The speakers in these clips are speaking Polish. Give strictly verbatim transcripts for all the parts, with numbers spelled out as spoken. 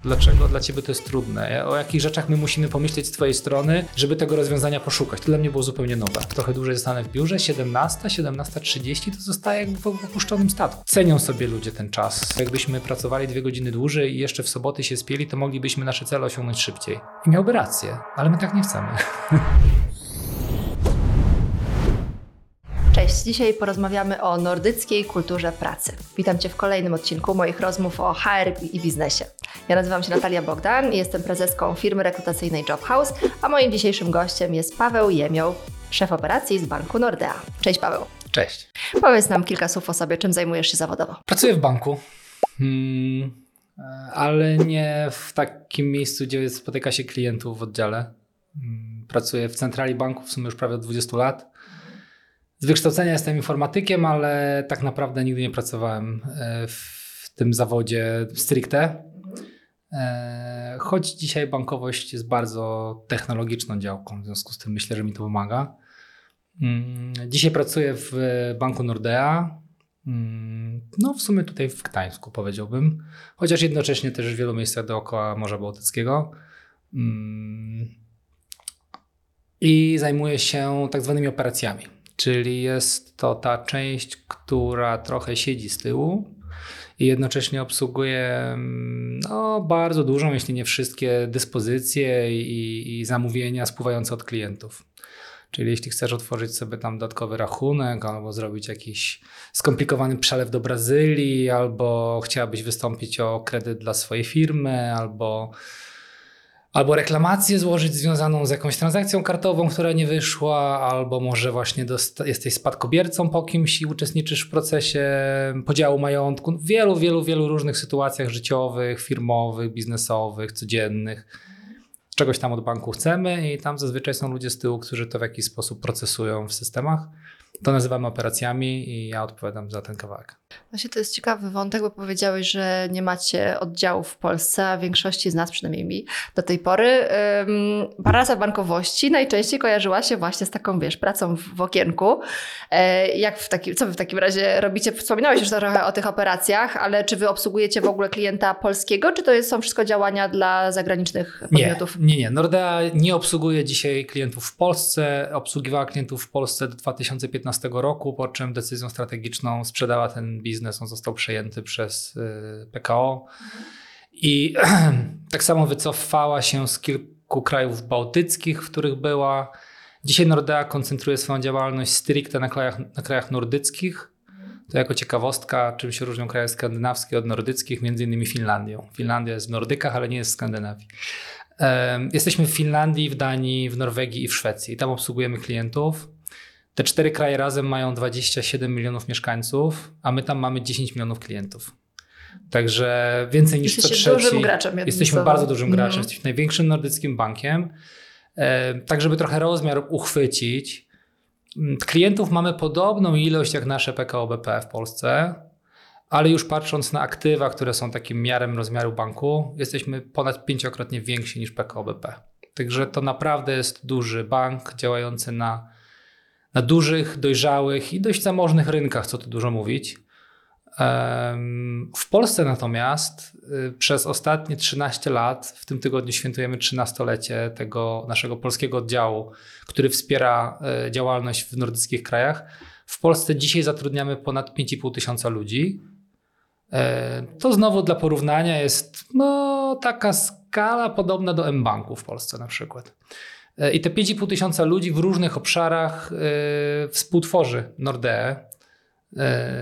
Dlaczego dla ciebie to jest trudne? O jakich rzeczach my musimy pomyśleć z twojej strony, żeby tego rozwiązania poszukać? To dla mnie było zupełnie nowe. Trochę dłużej zostanę w biurze, siedemnasta, siedemnasta trzydzieści to zostaje jak w opuszczonym statku. Cenią sobie ludzie ten czas. Jakbyśmy pracowali dwie godziny dłużej i jeszcze w soboty się spieli, to moglibyśmy nasze cele osiągnąć szybciej. I miałby rację, ale my tak nie chcemy. Cześć, dzisiaj porozmawiamy o nordyckiej kulturze pracy. Witam Cię w kolejnym odcinku moich rozmów o H R i biznesie. Ja nazywam się Natalia Bogdan i jestem prezeską firmy rekrutacyjnej Jobhouse, a moim dzisiejszym gościem jest Paweł Jemioł, szef operacji z banku Nordea. Cześć Paweł. Cześć. Powiedz nam kilka słów o sobie, czym zajmujesz się zawodowo. Pracuję w banku, hmm, ale nie w takim miejscu, gdzie spotyka się klientów w oddziale. Pracuję w centrali banku w sumie już prawie od dwudziestu lat. Z wykształcenia jestem informatykiem, ale tak naprawdę nigdy nie pracowałem w tym zawodzie stricte. Choć dzisiaj bankowość jest bardzo technologiczną działką, w związku z tym myślę, że mi to pomaga. Dzisiaj pracuję w banku Nordea, no w sumie tutaj w Gdańsku powiedziałbym, chociaż jednocześnie też w wielu miejscach dookoła Morza Bałtyckiego. I zajmuję się tak zwanymi operacjami. Czyli jest to ta część, która trochę siedzi z tyłu i jednocześnie obsługuje no, bardzo dużą, jeśli nie wszystkie dyspozycje i, i zamówienia spływające od klientów. Czyli jeśli chcesz otworzyć sobie tam dodatkowy rachunek albo zrobić jakiś skomplikowany przelew do Brazylii, albo chciałabyś wystąpić o kredyt dla swojej firmy, albo... Albo reklamację złożyć związaną z jakąś transakcją kartową, która nie wyszła, albo może właśnie dosta- jesteś spadkobiercą po kimś i uczestniczysz w procesie podziału majątku. W wielu, wielu, wielu różnych sytuacjach życiowych, firmowych, biznesowych, codziennych. Czegoś tam od banku chcemy i tam zazwyczaj są ludzie z tyłu, którzy to w jakiś sposób procesują w systemach. To nazywamy operacjami i ja odpowiadam za ten kawałek. Właśnie to jest ciekawy wątek, bo powiedziałeś, że nie macie oddziałów w Polsce, a większości z nas, przynajmniej mi do tej pory, ym, praca bankowości najczęściej kojarzyła się właśnie z taką, wiesz, pracą w, w okienku. E, jak w takim, co wy w takim razie robicie? Wspominałeś już trochę o tych operacjach, ale czy wy obsługujecie w ogóle klienta polskiego, czy to jest, są wszystko działania dla zagranicznych podmiotów? Nie, nie, nie. Nordea nie obsługuje dzisiaj klientów w Polsce. Obsługiwała klientów w Polsce do dwa tysiące piętnastego roku, po czym decyzją strategiczną sprzedała ten biznes, on został przejęty przez y, P K O i tak samo wycofała się z kilku krajów bałtyckich, w których była. Dzisiaj Nordea koncentruje swoją działalność stricte na krajach, na krajach nordyckich. To jako ciekawostka, czym się różnią kraje skandynawskie od nordyckich, między innymi Finlandią. Finlandia jest w Nordykach, ale nie jest w Skandynawii. Y, jesteśmy w Finlandii, w Danii, w Norwegii i w Szwecji. I tam obsługujemy klientów. Te cztery kraje razem mają dwadzieścia siedem milionów mieszkańców, a my tam mamy dziesięć milionów klientów. Także więcej niż co trzeci. Dużym graczem. Jesteśmy bardzo dużym graczem. Mm. Jesteśmy największym nordyckim bankiem. E, tak, żeby trochę rozmiar uchwycić. Klientów mamy podobną ilość jak nasze P K O B P w Polsce, ale już patrząc na aktywa, które są takim miarem rozmiaru banku, jesteśmy ponad pięciokrotnie więksi niż P K O B P. Także to naprawdę jest duży bank działający na na dużych, dojrzałych i dość zamożnych rynkach, co tu dużo mówić. W Polsce natomiast przez ostatnie trzynaście lat, w tym tygodniu świętujemy trzynastolecie tego naszego polskiego oddziału, który wspiera działalność w nordyckich krajach. W Polsce dzisiaj zatrudniamy ponad pięć i pół tysiąca ludzi. To znowu dla porównania jest no, taka skala podobna do mBanku w Polsce na przykład. I te pięć i pół tysiąca ludzi w różnych obszarach y, współtworzy Nordeę. Y,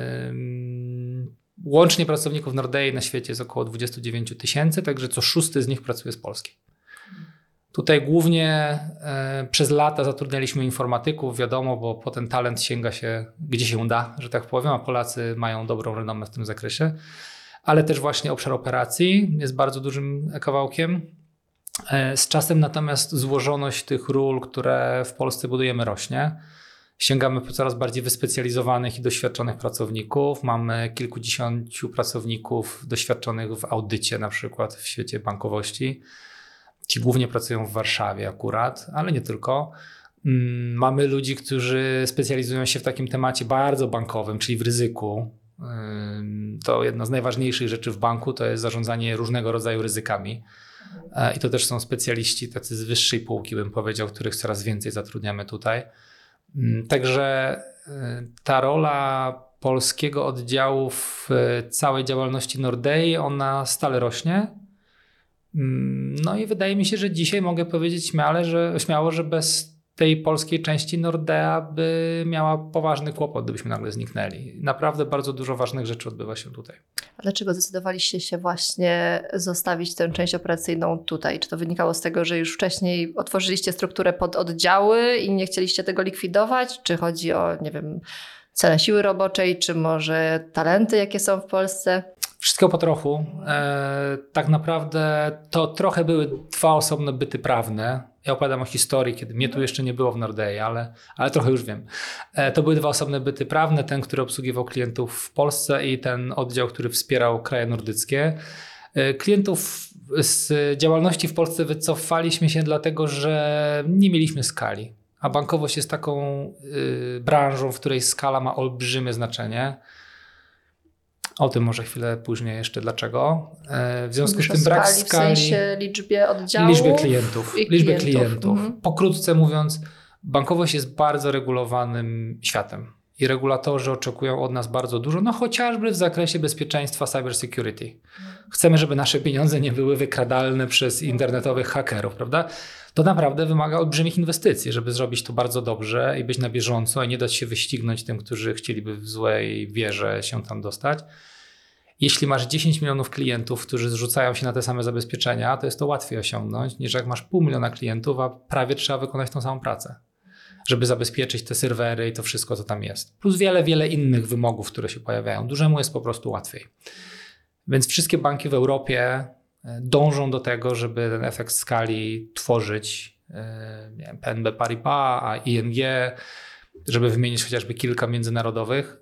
łącznie pracowników Nordei na świecie jest około dwadzieścia dziewięć tysięcy, także co szósty z nich pracuje z Polski. Tutaj głównie y, przez lata zatrudnialiśmy informatyków, wiadomo, bo po ten talent sięga się gdzie się da, że tak powiem, a Polacy mają dobrą renomę w tym zakresie. Ale też właśnie obszar operacji jest bardzo dużym kawałkiem. Z czasem natomiast złożoność tych ról, które w Polsce budujemy, rośnie. Sięgamy po coraz bardziej wyspecjalizowanych i doświadczonych pracowników. Mamy kilkudziesięciu pracowników doświadczonych w audycie, na przykład w świecie bankowości. Ci głównie pracują w Warszawie akurat, ale nie tylko. Mamy ludzi, którzy specjalizują się w takim temacie bardzo bankowym, czyli w ryzyku. To jedna z najważniejszych rzeczy w banku to jest zarządzanie różnego rodzaju ryzykami. I to też są specjaliści tacy z wyższej półki, bym powiedział, których coraz więcej zatrudniamy tutaj. Także ta rola polskiego oddziału w całej działalności Nordei, ona stale rośnie. No i wydaje mi się, że dzisiaj mogę powiedzieć śmiale, że, śmiało, że bez tej polskiej części Nordea by miała poważny kłopot, gdybyśmy nagle zniknęli. Naprawdę bardzo dużo ważnych rzeczy odbywa się tutaj. A dlaczego zdecydowaliście się właśnie zostawić tę część operacyjną tutaj? Czy to wynikało z tego, że już wcześniej otworzyliście strukturę pod oddziały i nie chcieliście tego likwidować? Czy chodzi o, nie wiem, cenę siły roboczej, czy może talenty, jakie są w Polsce? Wszystko po trochu. E, tak naprawdę to trochę były dwa osobne byty prawne. Ja opowiadam o historii, kiedy mnie tu jeszcze nie było w Nordei, ale, ale trochę już wiem. E, to były dwa osobne byty prawne. Ten, który obsługiwał klientów w Polsce i ten oddział, który wspierał kraje nordyckie. E, klientów z działalności w Polsce wycofaliśmy się dlatego, że nie mieliśmy skali. A bankowość jest taką y, branżą, w której skala ma olbrzymie znaczenie. O tym może chwilę później jeszcze dlaczego. W związku Dużo z tym brak skali, skali, w sensie liczbie oddziałów, liczbie klientów. i Liczbę klientów. klientów. Mhm. Pokrótce mówiąc, bankowość jest bardzo regulowanym światem i regulatorzy oczekują od nas bardzo dużo, no chociażby w zakresie bezpieczeństwa cyber security. Chcemy, żeby nasze pieniądze nie były wykradalne przez internetowych hakerów, prawda? To naprawdę wymaga olbrzymich inwestycji, żeby zrobić to bardzo dobrze i być na bieżąco i nie dać się wyścignąć tym, którzy chcieliby w złej wierze się tam dostać. Jeśli masz dziesięć milionów klientów, którzy zrzucają się na te same zabezpieczenia, to jest to łatwiej osiągnąć, niż jak masz pół miliona klientów, a prawie trzeba wykonać tą samą pracę, żeby zabezpieczyć te serwery i to wszystko, co tam jest. Plus wiele, wiele innych wymogów, które się pojawiają. Dużemu jest po prostu łatwiej. Więc wszystkie banki w Europie dążą do tego, żeby ten efekt skali tworzyć. Nie wiem, P N B Paribas, a I N G, żeby wymienić chociażby kilka międzynarodowych.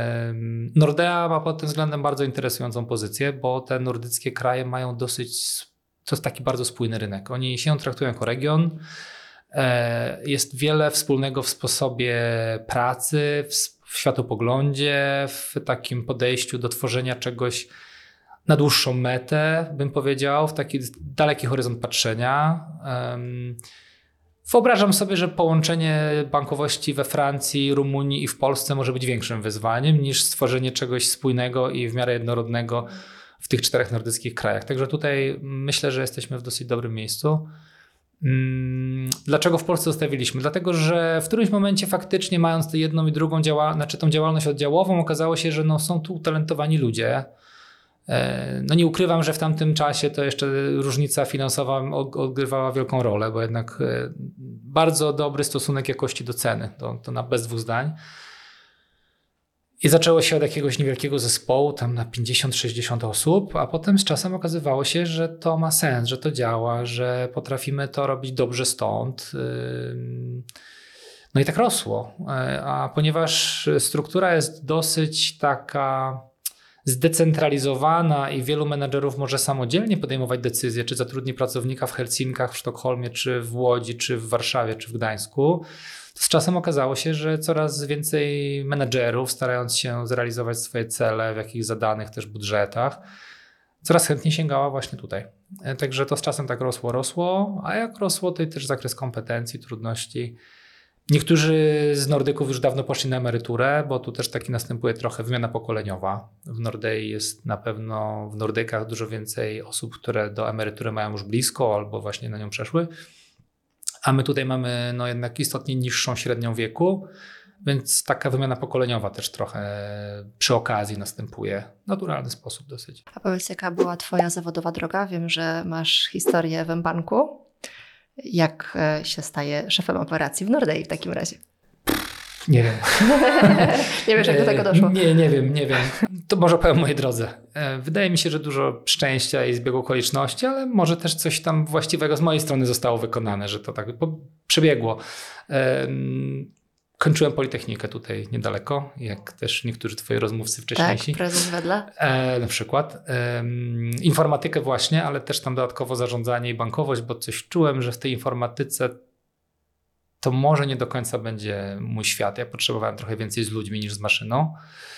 Nordea ma pod tym względem bardzo interesującą pozycję, bo te nordyckie kraje mają dosyć, to jest taki bardzo spójny rynek. Oni się traktują jako region. Jest wiele wspólnego w sposobie pracy, w światopoglądzie, w takim podejściu do tworzenia czegoś na dłuższą metę, bym powiedział, w taki daleki horyzont patrzenia. Wyobrażam sobie, że połączenie bankowości we Francji, Rumunii i w Polsce może być większym wyzwaniem niż stworzenie czegoś spójnego i w miarę jednorodnego w tych czterech nordyckich krajach. Także tutaj myślę, że jesteśmy w dosyć dobrym miejscu. Dlaczego w Polsce zostawiliśmy? Dlatego, że w którymś momencie faktycznie mając tę jedną i drugą działa, znaczy tą działalność oddziałową, okazało się, że no, są tu utalentowani ludzie. No nie ukrywam, że w tamtym czasie to jeszcze różnica finansowa odgrywała wielką rolę, bo jednak bardzo dobry stosunek jakości do ceny, to, to na bez dwóch zdań. I zaczęło się od jakiegoś niewielkiego zespołu, tam na pięćdziesiąt sześćdziesiąt osób, a potem z czasem okazywało się, że to ma sens, że to działa, że potrafimy to robić dobrze stąd. No i tak rosło. A ponieważ struktura jest dosyć taka zdecentralizowana i wielu menadżerów może samodzielnie podejmować decyzje, czy zatrudni pracownika w Helsinkach, w Sztokholmie, czy w Łodzi, czy w Warszawie, czy w Gdańsku, to z czasem okazało się, że coraz więcej menadżerów, starając się zrealizować swoje cele w jakichś zadanych też budżetach, coraz chętniej sięgała właśnie tutaj. Także to z czasem tak rosło, rosło, a jak rosło, to i też zakres kompetencji, trudności. Niektórzy z Nordyków już dawno poszli na emeryturę, bo tu też taki następuje trochę wymiana pokoleniowa. W Nordei jest na pewno w Nordykach dużo więcej osób, które do emerytury mają już blisko albo właśnie na nią przeszły. A my tutaj mamy no jednak istotnie niższą średnią wieku, więc taka wymiana pokoleniowa też trochę przy okazji następuje w naturalny sposób dosyć. A powiedz, jaka była twoja zawodowa droga? Wiem, że masz historię w mBanku. Jak się staje szefem operacji w Nordei w takim razie? Nie wiem. Nie wiesz, jak do tego doszło? Nie, nie wiem, nie wiem. To może opowiem o mojej drodze. Wydaje mi się, że dużo szczęścia i zbiegu okoliczności, ale może też coś tam właściwego z mojej strony zostało wykonane, że to tak przebiegło. Kończyłem Politechnikę tutaj niedaleko, jak też niektórzy twoi rozmówcy wcześniejsi. Tak, prezes Wedla. E, na przykład. E, informatykę właśnie, ale też tam dodatkowo zarządzanie i bankowość, bo coś czułem, że w tej informatyce to może nie do końca będzie mój świat. Ja potrzebowałem trochę więcej z ludźmi niż z maszyną.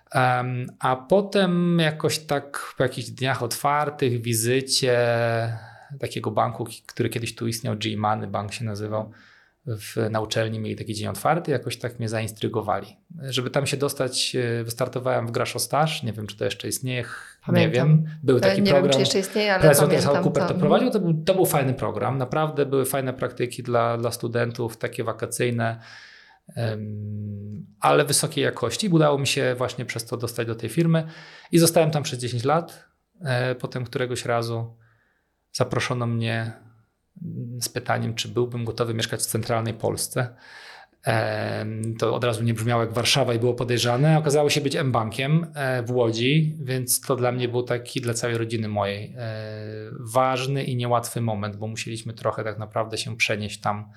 Um, a potem jakoś tak po jakichś dniach otwartych, wizycie takiego banku, który kiedyś tu istniał, G-Money Bank się nazywał, w, na uczelni mieli taki dzień otwarty, jakoś tak mnie zaintrygowali. Żeby tam się dostać, wystartowałem w Graszostaż, nie wiem, czy to jeszcze istnieje, Pamiętam. nie wiem. Był taki nie program. wiem, czy jeszcze istnieje, ale Profesor pamiętam Cooper to. to prowadził, to był, to był fajny program, naprawdę były fajne praktyki dla, dla studentów, takie wakacyjne, um, ale wysokiej jakości. Udało mi się właśnie przez to dostać do tej firmy i zostałem tam przez dziesięć lat. E, potem któregoś razu zaproszono mnie z pytaniem, czy byłbym gotowy mieszkać w centralnej Polsce. To od razu nie brzmiało jak Warszawa i było podejrzane. Okazało się być M-Bankiem w Łodzi, więc to dla mnie był taki, dla całej rodziny mojej, ważny i niełatwy moment, bo musieliśmy trochę tak naprawdę się przenieść tam.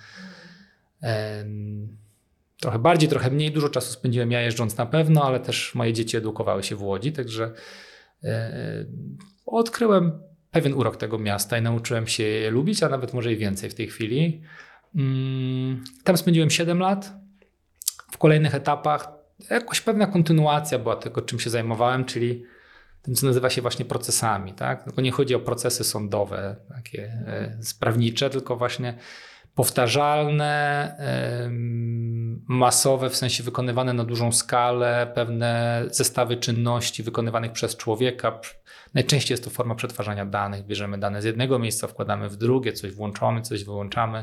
Trochę bardziej, trochę mniej. Dużo czasu spędziłem ja jeżdżąc na pewno, ale też moje dzieci edukowały się w Łodzi, także odkryłem pewien urok tego miasta i nauczyłem się je lubić, a nawet może i więcej w tej chwili. Tam spędziłem siedem lat. W kolejnych etapach jakoś pewna kontynuacja była tego, czym się zajmowałem, czyli tym, co nazywa się właśnie procesami. Tak? Tylko nie chodzi o procesy sądowe, takie e, sprawnicze, tylko właśnie powtarzalne, e, masowe, w sensie wykonywane na dużą skalę, pewne zestawy czynności wykonywanych przez człowieka. Najczęściej jest to forma przetwarzania danych. Bierzemy dane z jednego miejsca, wkładamy w drugie, coś włączamy, coś wyłączamy.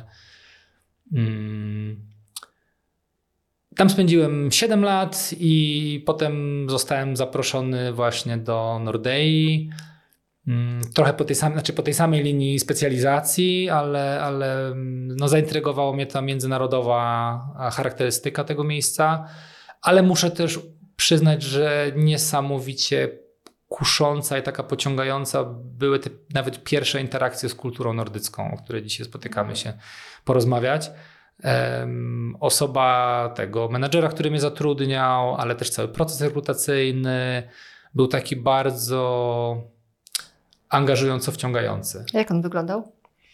Tam spędziłem siedem lat i potem zostałem zaproszony właśnie do Nordei. Trochę po tej samej, znaczy po tej samej linii specjalizacji, ale, ale no zaintrygowało mnie ta międzynarodowa charakterystyka tego miejsca. Ale muszę też przyznać, że niesamowicie kusząca i taka pociągająca były te nawet pierwsze interakcje z kulturą nordycką, o której dzisiaj spotykamy się porozmawiać. Um, osoba tego menadżera, który mnie zatrudniał, ale też cały proces rekrutacyjny był taki bardzo angażująco wciągający. Jak on wyglądał?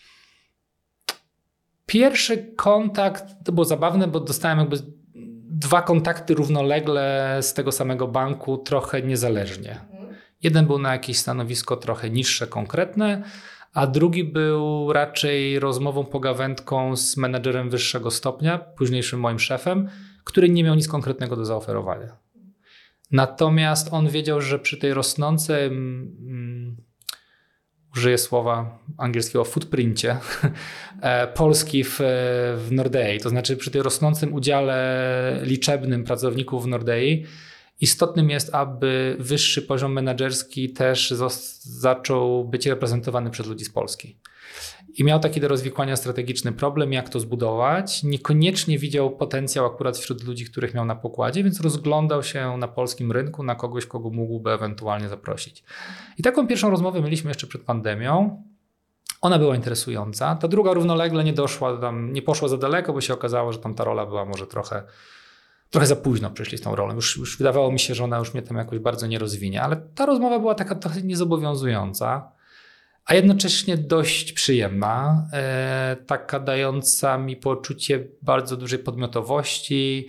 Pierwszy kontakt to było zabawne, bo dostałem jakby dwa kontakty równolegle z tego samego banku, trochę niezależnie. Jeden był na jakieś stanowisko trochę niższe, konkretne, a drugi był raczej rozmową, pogawędką z menedżerem wyższego stopnia, późniejszym moim szefem, który nie miał nic konkretnego do zaoferowania. Natomiast on wiedział, że przy tej rosnącej, um, użyję słowa angielskiego, footprincie Polski w, w Nordei, to znaczy przy tej rosnącym udziale liczebnym pracowników w Nordei, istotnym jest, aby wyższy poziom menedżerski też zos- zaczął być reprezentowany przez ludzi z Polski. I miał taki do rozwikłania strategiczny problem, jak to zbudować. Niekoniecznie widział potencjał akurat wśród ludzi, których miał na pokładzie, więc rozglądał się na polskim rynku na kogoś, kogo mógłby ewentualnie zaprosić. I taką pierwszą rozmowę mieliśmy jeszcze przed pandemią. Ona była interesująca. Ta druga równolegle nie doszła, tam, nie poszła za daleko, bo się okazało, że tam ta rola była może trochę Trochę za późno przyszli z tą rolą. Już, już wydawało mi się, że ona już mnie tam jakoś bardzo nie rozwinie, ale ta rozmowa była taka trochę niezobowiązująca, a jednocześnie dość przyjemna, e, taka dająca mi poczucie bardzo dużej podmiotowości,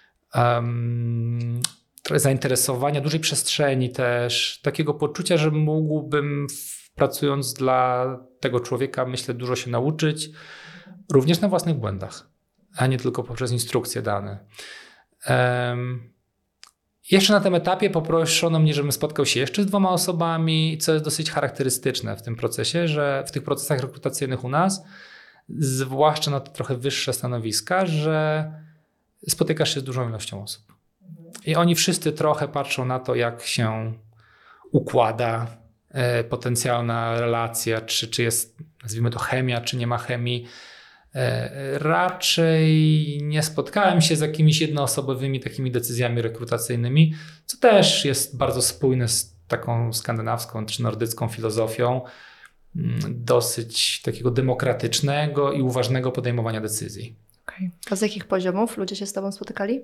um, trochę zainteresowania, dużej przestrzeni też, takiego poczucia, że mógłbym w, pracując dla tego człowieka, myślę, dużo się nauczyć, również na własnych błędach, a nie tylko poprzez instrukcje dane. Um, jeszcze na tym etapie poproszono mnie, żebym spotkał się jeszcze z dwoma osobami, co jest dosyć charakterystyczne w tym procesie, że w tych procesach rekrutacyjnych u nas, zwłaszcza na te trochę wyższe stanowiska, że spotykasz się z dużą ilością osób. I oni wszyscy trochę patrzą na to, jak się układa e, potencjalna relacja, czy, czy jest, nazwijmy to, chemia, czy nie ma chemii. Raczej nie spotkałem się z jakimiś jednoosobowymi takimi decyzjami rekrutacyjnymi, co też jest bardzo spójne z taką skandynawską czy nordycką filozofią dosyć takiego demokratycznego i uważnego podejmowania decyzji. Okay. A z jakich poziomów ludzie się z tobą spotykali?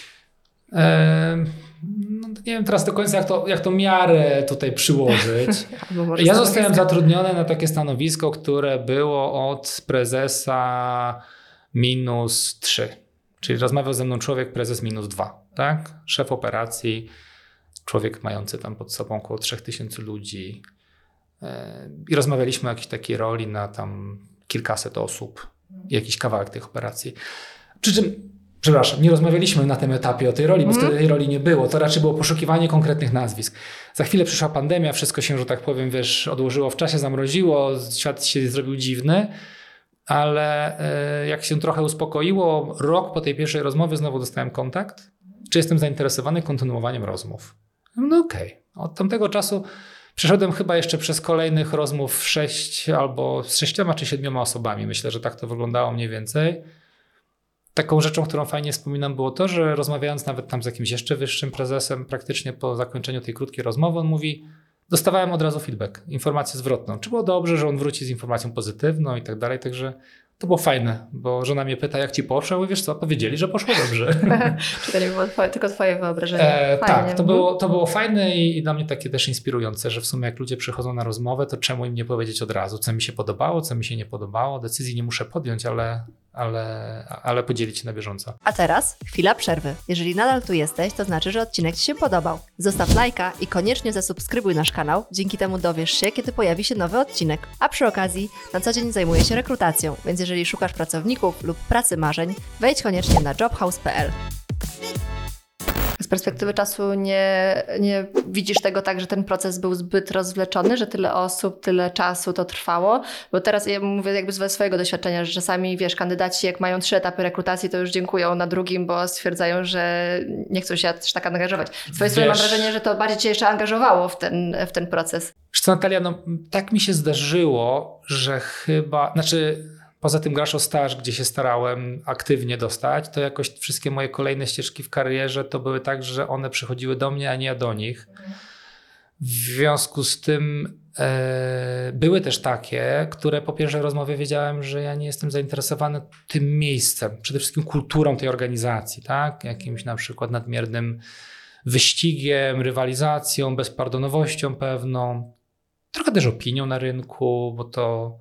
E, no nie wiem teraz do końca, jak to, jak to miarę tutaj przyłożyć. Ja zostałem zatrudniony na takie stanowisko, które było od prezesa minus trzy. Czyli rozmawiał ze mną człowiek, prezes minus dwa. Tak? Szef operacji. człowiek mający tam pod sobą około trzech tysięcy ludzi i rozmawialiśmy o jakiejś takiej roli na tam kilkaset osób, jakiś kawałek tych operacji. Przy czym, przepraszam, nie rozmawialiśmy na tym etapie o tej roli, bo mm. wtedy tej roli nie było. To raczej było poszukiwanie konkretnych nazwisk. Za chwilę przyszła pandemia, wszystko się, że tak powiem, wiesz, odłożyło w czasie, zamroziło, świat się zrobił dziwny, ale jak się trochę uspokoiło, rok po tej pierwszej rozmowie znowu dostałem kontakt, czy jestem zainteresowany kontynuowaniem rozmów. No okej. Okay. Od tamtego czasu przeszedłem chyba jeszcze przez kolejnych rozmów sześć albo z sześcioma czy siedmioma osobami. Myślę, że tak to wyglądało mniej więcej. Taką rzeczą, którą fajnie wspominam, było to, że rozmawiając nawet tam z jakimś jeszcze wyższym prezesem, praktycznie po zakończeniu tej krótkiej rozmowy, on mówi, dostawałem od razu feedback, informację zwrotną. Czy było dobrze, że on wróci z informacją pozytywną i tak dalej. Także to było fajne, bo żona mnie pyta, jak ci poszło, i wiesz co, powiedzieli, że poszło dobrze. Czy to nie było twoje, tylko twoje wyobrażenie? E, tak, to było, to było fajne i, i dla mnie takie też inspirujące, że w sumie jak ludzie przychodzą na rozmowę, to czemu im nie powiedzieć od razu, co mi się podobało, co mi się nie podobało. Decyzji nie muszę podjąć, ale, ale, ale podzielić się na bieżąco. A teraz chwila przerwy. Jeżeli nadal tu jesteś, to znaczy, że odcinek ci się podobał. Zostaw lajka i koniecznie zasubskrybuj nasz kanał. Dzięki temu dowiesz się, kiedy pojawi się nowy odcinek. A przy okazji na co dzień zajmuję się rekrutacją, więc jeżeli szukasz pracowników lub pracy marzeń, wejdź koniecznie na jobhouse kropka p l. Z perspektywy czasu nie, nie widzisz tego tak, że ten proces był zbyt rozwleczony, że tyle osób, tyle czasu to trwało? Bo teraz ja mówię jakby ze swojego doświadczenia, że czasami, wiesz, kandydaci jak mają trzy etapy rekrutacji, to już dziękują na drugim, bo stwierdzają, że nie chcą się też tak angażować. Z twojej strony mam wrażenie, że to bardziej cię jeszcze angażowało w ten, w ten proces. Wiesz co, Natalia, no tak mi się zdarzyło, że chyba, znaczy... Poza tym grasz o staż, gdzie się starałem aktywnie dostać, to jakoś wszystkie moje kolejne ścieżki w karierze to były tak, że one przychodziły do mnie, a nie ja do nich. W związku z tym e, były też takie, które po pierwszej rozmowie wiedziałem, że ja nie jestem zainteresowany tym miejscem, przede wszystkim kulturą tej organizacji, tak? Jakimś na przykład nadmiernym wyścigiem, rywalizacją, bezpardonowością pewną, trochę też opinią na rynku, bo to...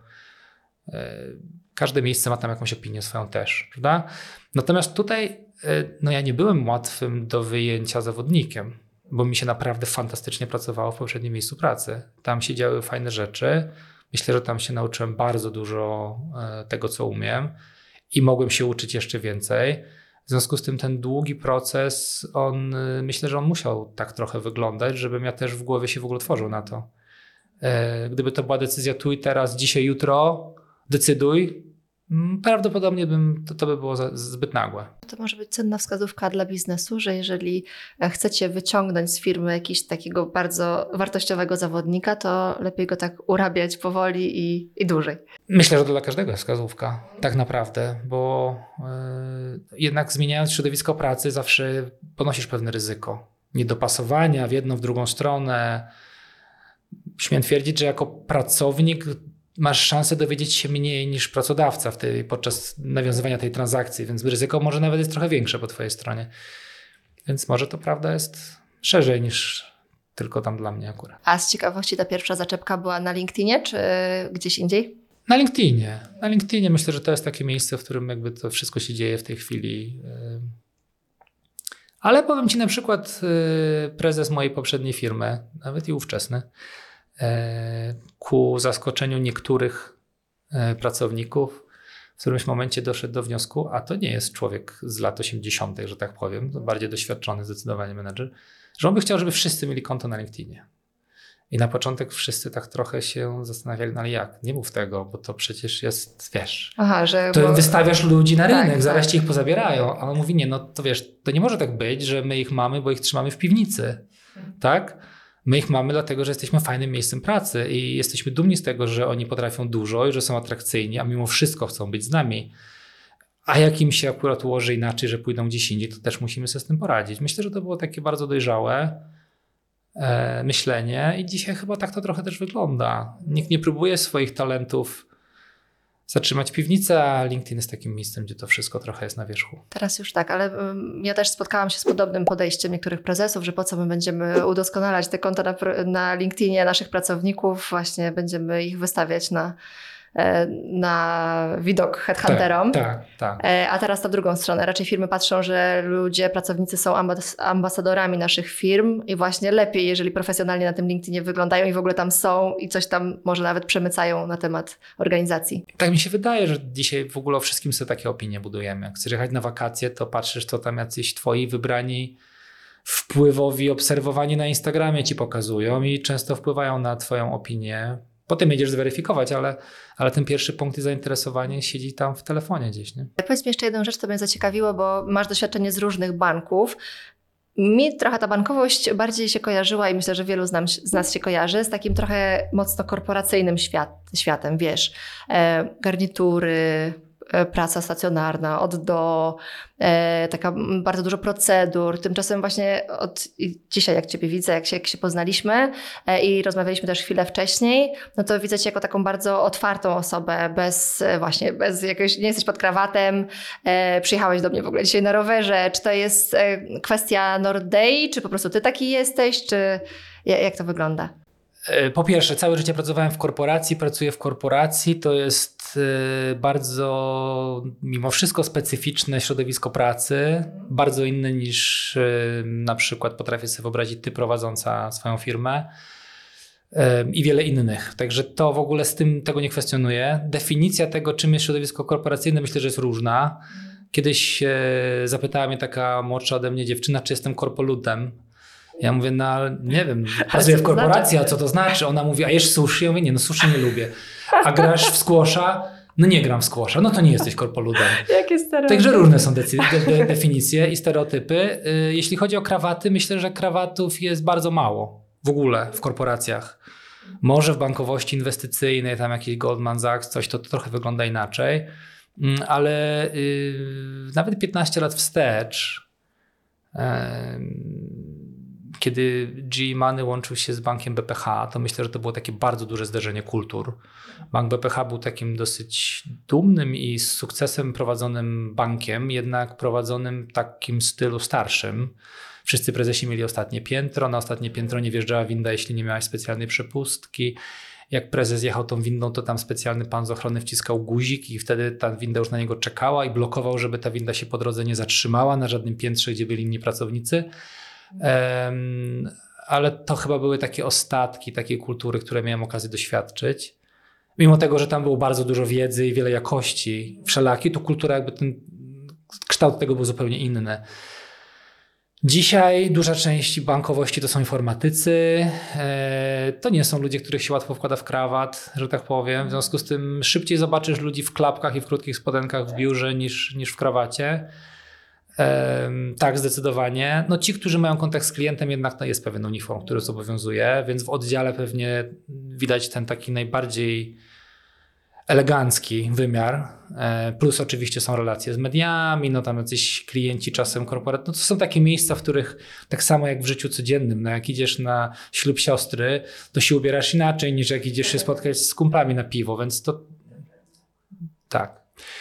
E, Każde miejsce ma tam jakąś opinię swoją też, prawda? Natomiast tutaj no ja nie byłem łatwym do wyjęcia zawodnikiem, bo mi się naprawdę fantastycznie pracowało w poprzednim miejscu pracy. Tam się działy fajne rzeczy. Myślę, że tam się nauczyłem bardzo dużo tego, co umiem i mogłem się uczyć jeszcze więcej. W związku z tym ten długi proces, on myślę, że on musiał tak trochę wyglądać, żebym ja też w głowie się w ogóle otworzył na to. Gdyby to była decyzja tu i teraz, dzisiaj, jutro, decyduj, prawdopodobnie bym, to, to by było za, zbyt nagłe. To może być cenna wskazówka dla biznesu, że jeżeli chcecie wyciągnąć z firmy jakiegoś takiego bardzo wartościowego zawodnika, to lepiej go tak urabiać powoli i, i dłużej. Myślę, że to dla każdego jest wskazówka, tak naprawdę, bo yy, jednak zmieniając środowisko pracy zawsze ponosisz pewne ryzyko. Niedopasowania w jedną, w drugą stronę. Śmiem twierdzić, że jako pracownik masz szansę dowiedzieć się mniej niż pracodawca w tej, podczas nawiązywania tej transakcji, więc ryzyko może nawet jest trochę większe po twojej stronie. Więc może to prawda jest szerzej niż tylko tam dla mnie akurat. A z ciekawości ta pierwsza zaczepka była na LinkedInie czy gdzieś indziej? Na LinkedInie. Na LinkedInie myślę, że to jest takie miejsce, w którym jakby to wszystko się dzieje w tej chwili. Ale powiem ci na przykład prezes mojej poprzedniej firmy, nawet i ówczesny, ku zaskoczeniu niektórych pracowników w którymś momencie doszedł do wniosku, a to nie jest człowiek z lat osiemdziesiątych, że tak powiem, to bardziej doświadczony zdecydowanie menedżer, że on by chciał, żeby wszyscy mieli konto na LinkedInie. I na początek wszyscy tak trochę się zastanawiali, no ale jak? Nie mów tego, bo to przecież jest, wiesz, Aha, że to bo... wystawiasz ludzi na rynek, tak, zaraz tak. ci ich pozabierają. A on mówi, nie, no to wiesz, to nie może tak być, że my ich mamy, bo ich trzymamy w piwnicy, tak? My ich mamy dlatego, że jesteśmy fajnym miejscem pracy i jesteśmy dumni z tego, że oni potrafią dużo i że są atrakcyjni, a mimo wszystko chcą być z nami. A jak im się akurat ułoży inaczej, że pójdą gdzieś indziej, to też musimy sobie z tym poradzić. Myślę, że to było takie bardzo dojrzałe e, myślenie i dzisiaj chyba tak to trochę też wygląda. Nikt nie próbuje swoich talentów zatrzymać w piwnicy, a LinkedIn jest takim miejscem, gdzie to wszystko trochę jest na wierzchu. Teraz już tak, ale um, ja też spotkałam się z podobnym podejściem niektórych prezesów, że po co my będziemy udoskonalać te konta na, na LinkedInie naszych pracowników, właśnie będziemy ich wystawiać na, na widok headhunterom. Tak, tak, tak. A teraz to w drugą stronę. Raczej firmy patrzą, że ludzie, pracownicy są ambas- ambasadorami naszych firm i właśnie lepiej, jeżeli profesjonalnie na tym LinkedInie wyglądają i w ogóle tam są i coś tam może nawet przemycają na temat organizacji. Tak mi się wydaje, że dzisiaj w ogóle o wszystkim sobie takie opinie budujemy. Jak chcesz jechać na wakacje, to patrzysz, co tam jacyś twoi wybrani wpływowi obserwowani na Instagramie ci pokazują i często wpływają na twoją opinię. Potem jedziesz zweryfikować, ale, ale ten pierwszy punkt i zainteresowanie siedzi tam w telefonie gdzieś. Nie? Powiedz mi jeszcze jedną rzecz, co mnie zaciekawiło, bo masz doświadczenie z różnych banków. Mi trochę ta bankowość bardziej się kojarzyła i myślę, że wielu z, nam, z nas się kojarzy z takim trochę mocno korporacyjnym świat, światem, wiesz, e, garnitury, praca stacjonarna, od do, e, taka bardzo dużo procedur. Tymczasem właśnie od dzisiaj, jak Ciebie widzę, jak się, jak się poznaliśmy e, i rozmawialiśmy też chwilę wcześniej, no to widzę Cię jako taką bardzo otwartą osobę, bez e, właśnie, bez jakiegoś, nie jesteś pod krawatem, e, przyjechałeś do mnie w ogóle dzisiaj na rowerze. Czy to jest e, kwestia Nordei, czy po prostu Ty taki jesteś, czy jak to wygląda? Po pierwsze, całe życie pracowałem w korporacji, pracuję w korporacji. To jest bardzo, mimo wszystko, specyficzne środowisko pracy. Bardzo inne niż na przykład potrafię sobie wyobrazić ty prowadząca swoją firmę i wiele innych. Także to w ogóle z tym tego nie kwestionuję. Definicja tego, czym jest środowisko korporacyjne, myślę, że jest różna. Kiedyś zapytała mnie taka młodsza ode mnie dziewczyna, czy jestem korpolutem. Ja mówię, no nie wiem, pracuję w korporacji, a co to znaczy? Ona mówi, a jesz sushi? Ja mówię, nie, no sushi nie lubię. A grasz w squasha? No nie gram w squasha. No to nie jesteś korpoludem. Jakie stereotypy. Także różne są decy- de- de- definicje i stereotypy. Jeśli chodzi o krawaty, myślę, że krawatów jest bardzo mało w ogóle w korporacjach. Może w bankowości inwestycyjnej, tam jakiś Goldman Sachs, coś, to, to trochę wygląda inaczej. Ale yy, nawet piętnaście lat wstecz, yy, kiedy G E Money łączył się z bankiem B P H, to myślę, że to było takie bardzo duże zderzenie kultur. Bank B P H był takim dosyć dumnym i z sukcesem prowadzonym bankiem, jednak prowadzonym w takim stylu starszym. Wszyscy prezesi mieli ostatnie piętro, na ostatnie piętro nie wjeżdżała winda, jeśli nie miałaś specjalnej przepustki. Jak prezes jechał tą windą, to tam specjalny pan z ochrony wciskał guzik i wtedy ta winda już na niego czekała i blokował, żeby ta winda się po drodze nie zatrzymała na żadnym piętrze, gdzie byli inni pracownicy. Um, ale to chyba były takie ostatki takiej kultury, które miałem okazję doświadczyć. Mimo tego, że tam było bardzo dużo wiedzy i wiele jakości wszelakiej, to kultura, jakby ten kształt tego był zupełnie inny. Dzisiaj duża część bankowości to są informatycy. E, to nie są ludzie, których się łatwo wkłada w krawat, że tak powiem. W związku z tym szybciej zobaczysz ludzi w klapkach i w krótkich spodenkach w biurze niż, niż w krawacie. Um, tak, zdecydowanie. No ci, którzy mają kontakt z klientem, jednak no, jest pewien uniform, który zobowiązuje, więc w oddziale pewnie widać ten taki najbardziej elegancki wymiar. E, plus oczywiście są relacje z mediami, no tam jacyś klienci czasem korporat. No to są takie miejsca, w których tak samo jak w życiu codziennym, no jak idziesz na ślub siostry, to się ubierasz inaczej niż jak idziesz się spotkać z kumplami na piwo, więc to tak.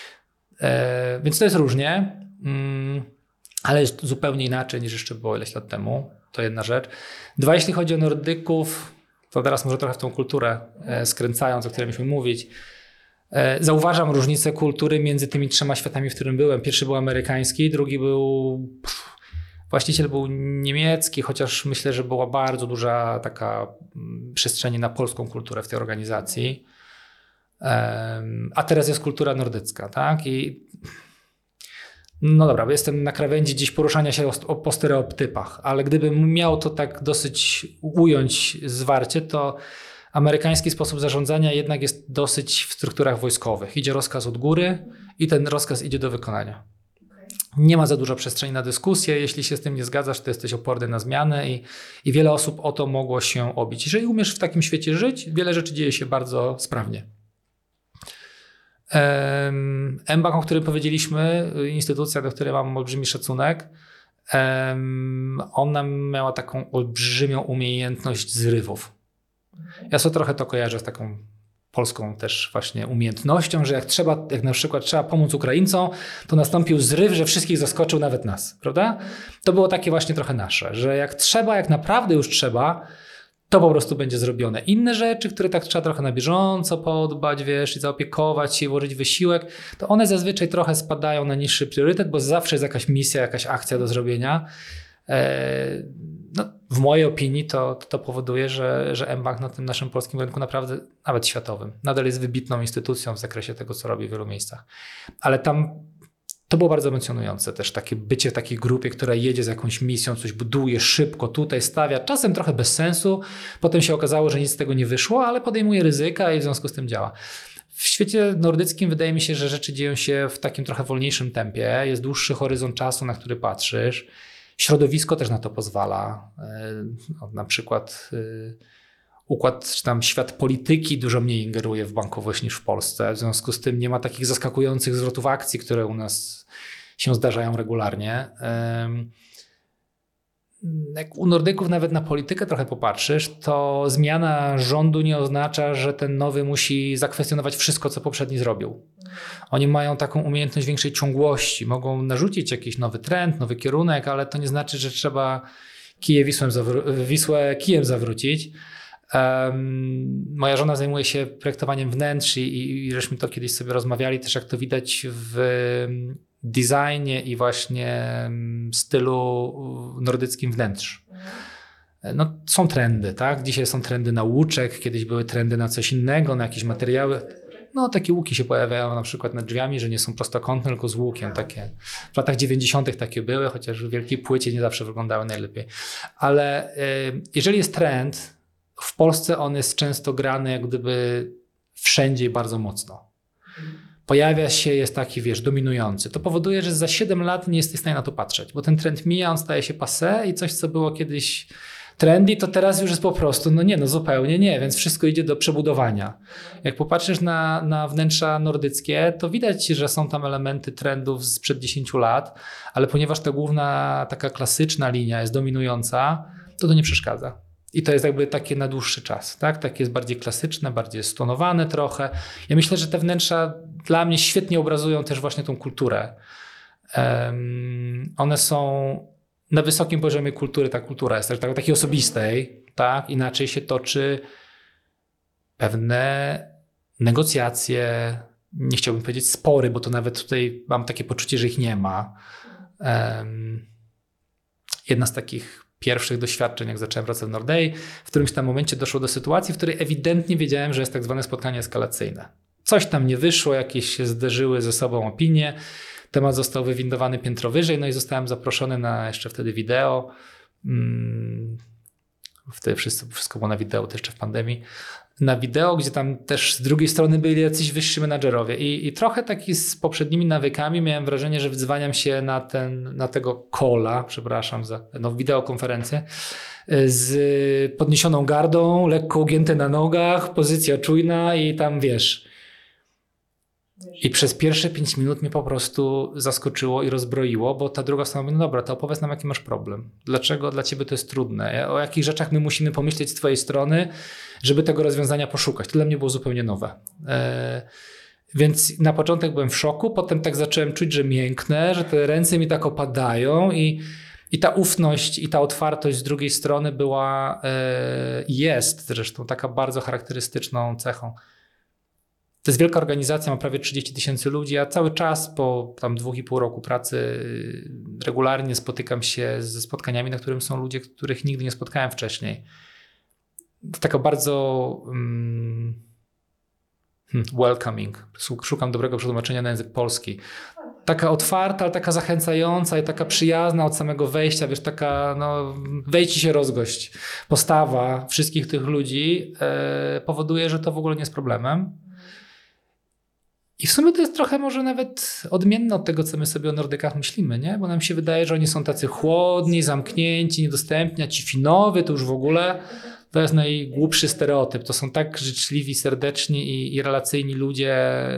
E, więc to jest różnie. Mm, ale jest zupełnie inaczej niż jeszcze było ileś lat temu. To jedna rzecz. Dwa, jeśli chodzi o Nordyków, to teraz może trochę w tą kulturę e, skręcając, o której mieliśmy mówić. E, zauważam różnicę kultury między tymi trzema światami, w którym byłem. Pierwszy był amerykański, drugi był... Pff, właściciel był niemiecki, chociaż myślę, że była bardzo duża taka m, przestrzeń na polską kulturę w tej organizacji. E, a teraz jest kultura nordycka, tak? I no dobra, jestem na krawędzi dziś poruszania się o, po stereotypach, ale gdybym miał to tak dosyć ująć zwarcie, to amerykański sposób zarządzania jednak jest dosyć w strukturach wojskowych. Idzie rozkaz od góry i ten rozkaz idzie do wykonania. Nie ma za dużo przestrzeni na dyskusję. Jeśli się z tym nie zgadzasz, to jesteś oporny na zmianę i, i wiele osób o to mogło się obić. Jeżeli umiesz w takim świecie żyć, wiele rzeczy dzieje się bardzo sprawnie. mBank, o którym powiedzieliśmy, instytucja, do której mam olbrzymi szacunek, ona miała taką olbrzymią umiejętność zrywów. Ja sobie trochę to kojarzę z taką polską też właśnie umiejętnością, że jak trzeba, jak na przykład trzeba pomóc Ukraińcom, to nastąpił zryw, że wszystkich zaskoczył, nawet nas, prawda? To było takie właśnie trochę nasze, że jak trzeba, jak naprawdę już trzeba, to po prostu będzie zrobione. Inne rzeczy, które tak trzeba trochę na bieżąco podbać, wiesz, i zaopiekować się, i włożyć wysiłek, to one zazwyczaj trochę spadają na niższy priorytet, bo zawsze jest jakaś misja, jakaś akcja do zrobienia. No, w mojej opinii to, to powoduje, że, że mBank na tym naszym polskim rynku naprawdę, nawet światowym, nadal jest wybitną instytucją w zakresie tego, co robi w wielu miejscach. Ale tam to było bardzo emocjonujące też, takie bycie w takiej grupie, która jedzie z jakąś misją, coś buduje szybko, tutaj stawia, czasem trochę bez sensu. Potem się okazało, że nic z tego nie wyszło, ale podejmuje ryzyka i w związku z tym działa. W świecie nordyckim wydaje mi się, że rzeczy dzieją się w takim trochę wolniejszym tempie. Jest dłuższy horyzont czasu, na który patrzysz. Środowisko też na to pozwala. No, na przykład y, układ, czy tam świat polityki dużo mniej ingeruje w bankowość niż w Polsce. W związku z tym nie ma takich zaskakujących zwrotów akcji, które u nas się zdarzają regularnie. Jak u Nordyków nawet na politykę trochę popatrzysz, to zmiana rządu nie oznacza, że ten nowy musi zakwestionować wszystko, co poprzedni zrobił. Oni mają taką umiejętność większej ciągłości. Mogą narzucić jakiś nowy trend, nowy kierunek, ale to nie znaczy, że trzeba kije Wisłem zawró- Wisłę kijem zawrócić. Um, moja żona zajmuje się projektowaniem wnętrz i, i żeśmy to kiedyś sobie rozmawiali też, jak to widać w designie i właśnie stylu nordyckim wnętrz. No, są trendy, tak? Dzisiaj są trendy na łuczek, kiedyś były trendy na coś innego, na jakieś materiały. No, takie łuki się pojawiają na przykład nad drzwiami, że nie są prostokątne, tylko z łukiem. Takie. W latach dziewięćdziesiątych takie były, chociaż w wielkiej płycie nie zawsze wyglądały najlepiej. Ale y, jeżeli jest trend, w Polsce on jest często grany jak gdyby wszędzie i bardzo mocno. Pojawia się, jest taki, wiesz, dominujący. To powoduje, że za siedem lat nie jesteś w stanie na to patrzeć, bo ten trend mija, on staje się passé i coś, co było kiedyś trendy, to teraz już jest po prostu, no nie, no zupełnie nie, więc wszystko idzie do przebudowania. Jak popatrzysz na, na wnętrza nordyckie, to widać, że są tam elementy trendów sprzed dziesięciu lat, ale ponieważ ta główna, taka klasyczna linia jest dominująca, to to nie przeszkadza. I to jest jakby takie na dłuższy czas, tak? Takie jest bardziej klasyczne, bardziej stonowane trochę. Ja myślę, że te wnętrza dla mnie świetnie obrazują też właśnie tą kulturę. Um, one są na wysokim poziomie kultury, ta kultura jest tak, takiej osobistej, tak? Inaczej się toczy pewne negocjacje, nie chciałbym powiedzieć spory, bo to nawet tutaj mam takie poczucie, że ich nie ma. Um, jedna z takich pierwszych doświadczeń, jak zacząłem pracę w Nordei, w którymś tam momencie doszło do sytuacji, w której ewidentnie wiedziałem, że jest tak zwane spotkanie eskalacyjne. Coś tam nie wyszło, jakieś się zderzyły ze sobą opinie, temat został wywindowany piętro wyżej, no i zostałem zaproszony na jeszcze wtedy wideo. Hmm, wtedy wszystko, wszystko było na wideo, to jeszcze w pandemii. Na wideo, gdzie tam też z drugiej strony byli jacyś wyżsi menadżerowie. I, i trochę taki z poprzednimi nawykami miałem wrażenie, że wdzwaniam się na, ten, na tego calla, przepraszam za no, wideokonferencję, z podniesioną gardą, lekko ugięte na nogach, pozycja czujna i tam wiesz. I przez pierwsze pięć minut mnie po prostu zaskoczyło i rozbroiło, bo ta druga strona mówi, no dobra, to opowiedz nam, jaki masz problem. Dlaczego dla ciebie to jest trudne? O jakich rzeczach my musimy pomyśleć z twojej strony, żeby tego rozwiązania poszukać. To dla mnie było zupełnie nowe. E, więc na początek byłem w szoku, potem tak zacząłem czuć, że mięknę, że te ręce mi tak opadają i, i ta ufność i ta otwartość z drugiej strony była i e, jest zresztą taka bardzo charakterystyczną cechą. To jest wielka organizacja, ma prawie trzydzieści tysięcy ludzi, a cały czas po tam dwóch i pół roku pracy regularnie spotykam się ze spotkaniami, na którym są ludzie, których nigdy nie spotkałem wcześniej. To taka bardzo um, welcoming. Szukam dobrego przetłumaczenia na język polski. Taka otwarta, ale taka zachęcająca i taka przyjazna od samego wejścia, wiesz, taka no wejdź i się rozgość. Postawa wszystkich tych ludzi e, powoduje, że to w ogóle nie jest problemem. I w sumie to jest trochę może nawet odmienne od tego, co my sobie o Nordykach myślimy, nie? Bo nam się wydaje, że oni są tacy chłodni, zamknięci, niedostępni, a ci Finowie to już w ogóle to jest najgłupszy stereotyp. To są tak życzliwi, serdeczni i, i relacyjni ludzie.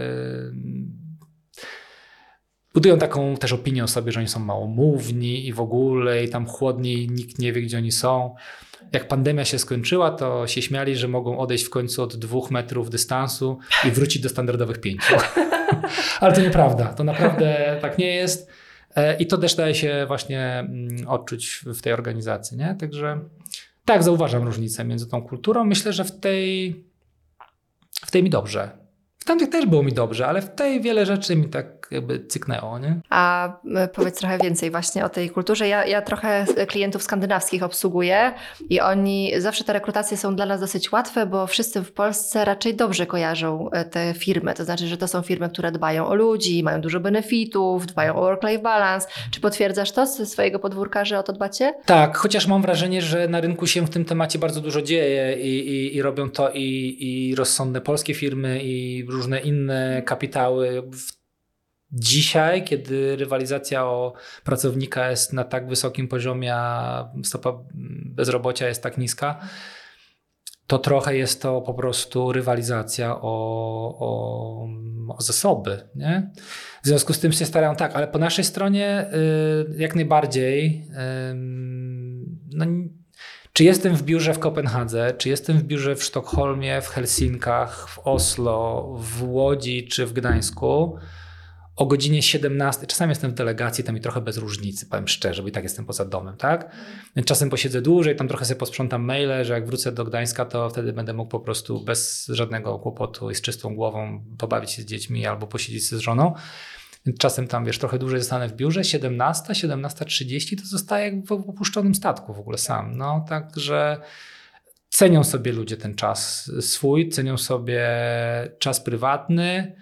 Budują taką też opinię o sobie, że oni są małomówni i w ogóle i tam chłodni i nikt nie wie, gdzie oni są. Jak pandemia się skończyła, to się śmiali, że mogą odejść w końcu od dwóch metrów dystansu i wrócić do standardowych pięciu. Ale to nieprawda. To naprawdę tak nie jest. I to też daje się właśnie odczuć w tej organizacji, nie? Także tak, zauważam różnicę między tą kulturą. Myślę, że w tej, w tej mi dobrze. W tamtych też było mi dobrze, ale w tej wiele rzeczy mi tak jakby cyknęło, nie? A y, powiedz trochę więcej właśnie o tej kulturze. Ja, ja trochę klientów skandynawskich obsługuję i oni, zawsze te rekrutacje są dla nas dosyć łatwe, bo wszyscy w Polsce raczej dobrze kojarzą te firmy. To znaczy, że to są firmy, które dbają o ludzi, mają dużo benefitów, dbają o work-life balance. Czy potwierdzasz to ze swojego podwórka, że o to dbacie? Tak, chociaż mam wrażenie, że na rynku się w tym temacie bardzo dużo dzieje i, i, i robią to i, i rozsądne polskie firmy i różne inne kapitały. Dzisiaj, kiedy rywalizacja o pracownika jest na tak wysokim poziomie, a stopa bezrobocia jest tak niska, to trochę jest to po prostu rywalizacja o, o, o zasoby. Nie? W związku z tym się staram tak, ale po naszej stronie y, jak najbardziej y, no, czy jestem w biurze w Kopenhadze, czy jestem w biurze w Sztokholmie, w Helsinkach, w Oslo, w Łodzi czy w Gdańsku, o godzinie siedemnastej, czasami jestem w delegacji, tam i trochę bez różnicy, powiem szczerze, bo i tak jestem poza domem, tak? Więc czasem posiedzę dłużej, tam trochę sobie posprzątam maile, że jak wrócę do Gdańska, to wtedy będę mógł po prostu bez żadnego kłopotu i z czystą głową pobawić się z dziećmi albo posiedzieć z żoną. Więc czasem tam, wiesz, trochę dłużej zostanę w biurze, siedemnasta, siedemnasta trzydzieści, to zostaję jak w opuszczonym statku w ogóle sam. No, także cenią sobie ludzie ten czas swój, cenią sobie czas prywatny.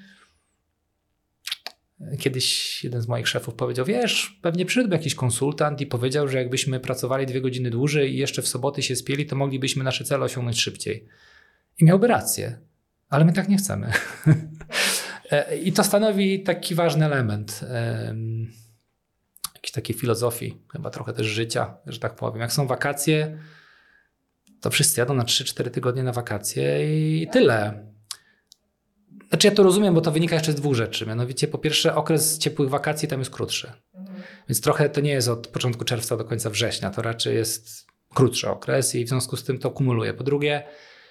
Kiedyś jeden z moich szefów powiedział, wiesz, pewnie przyszedł jakiś konsultant i powiedział, że jakbyśmy pracowali dwie godziny dłużej i jeszcze w soboty się spieli, to moglibyśmy nasze cele osiągnąć szybciej. I miałby rację, ale my tak nie chcemy. I to stanowi taki ważny element um, jakiejś takiej filozofii, chyba trochę też życia, że tak powiem. Jak są wakacje, to wszyscy jadą na trzy cztery tygodnie na wakacje i tyle. Znaczy ja to rozumiem, bo to wynika jeszcze z dwóch rzeczy. Mianowicie po pierwsze okres ciepłych wakacji tam jest krótszy. Mhm. Więc trochę to nie jest od początku czerwca do końca września. To raczej jest krótszy okres i w związku z tym to kumuluje. Po drugie,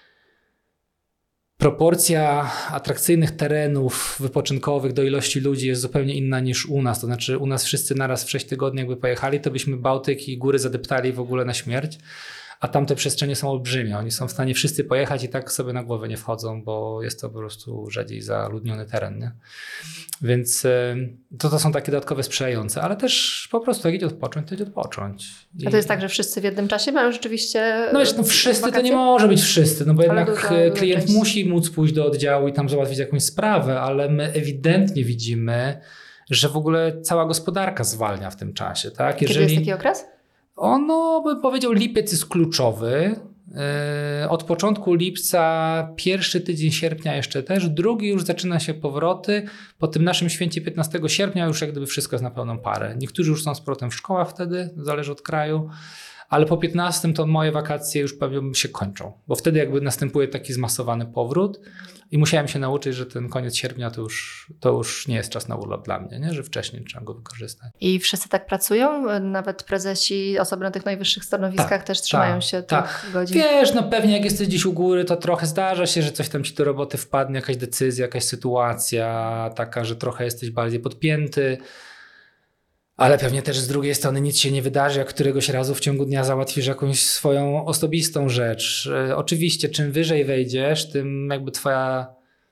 proporcja atrakcyjnych terenów wypoczynkowych do ilości ludzi jest zupełnie inna niż u nas. To znaczy u nas wszyscy naraz w sześć tygodni jakby pojechali, to byśmy Bałtyk i góry zadeptali w ogóle na śmierć. A tamte przestrzenie są olbrzymie. Oni są w stanie wszyscy pojechać i tak sobie na głowę nie wchodzą, bo jest to po prostu rzadziej zaludniony teren. Nie? Więc to, to są takie dodatkowe sprzyjające, ale też po prostu jak idzie odpocząć, to idzie odpocząć. I... A to jest tak, że wszyscy w jednym czasie mają rzeczywiście No wiesz, no wszyscy wakacje? To nie może być wszyscy, no bo ale jednak dużo, klient dużo musi móc pójść do oddziału i tam załatwić jakąś sprawę, ale my ewidentnie widzimy, że w ogóle cała gospodarka zwalnia w tym czasie. Tak? Jeżeli... Kiedy jest taki okres? Ono, bym powiedział, lipiec jest kluczowy. Od początku lipca, pierwszy tydzień sierpnia jeszcze też, drugi już zaczyna się powroty. Po tym naszym święcie piętnastego sierpnia już jak gdyby wszystko jest na pełną parę. Niektórzy już są z powrotem w szkołach wtedy, zależy od kraju, ale po piętnastym to moje wakacje już pewnie się kończą, bo wtedy jakby następuje taki zmasowany powrót i musiałem się nauczyć, że ten koniec sierpnia to już, to już nie jest czas na urlop dla mnie, nie? Że wcześniej trzeba go wykorzystać. I wszyscy tak pracują? Nawet prezesi, osoby na tych najwyższych stanowiskach tak, też trzymają tak, się tak. tych godzin? Wiesz, no pewnie jak jesteś gdzieś u góry, to trochę zdarza się, że coś tam ci do roboty wpadnie, jakaś decyzja, jakaś sytuacja taka, że trochę jesteś bardziej podpięty. Ale pewnie też z drugiej strony nic się nie wydarzy, jak któregoś razu w ciągu dnia załatwisz jakąś swoją osobistą rzecz. Yy, oczywiście, czym wyżej wejdziesz, tym jakby twoja,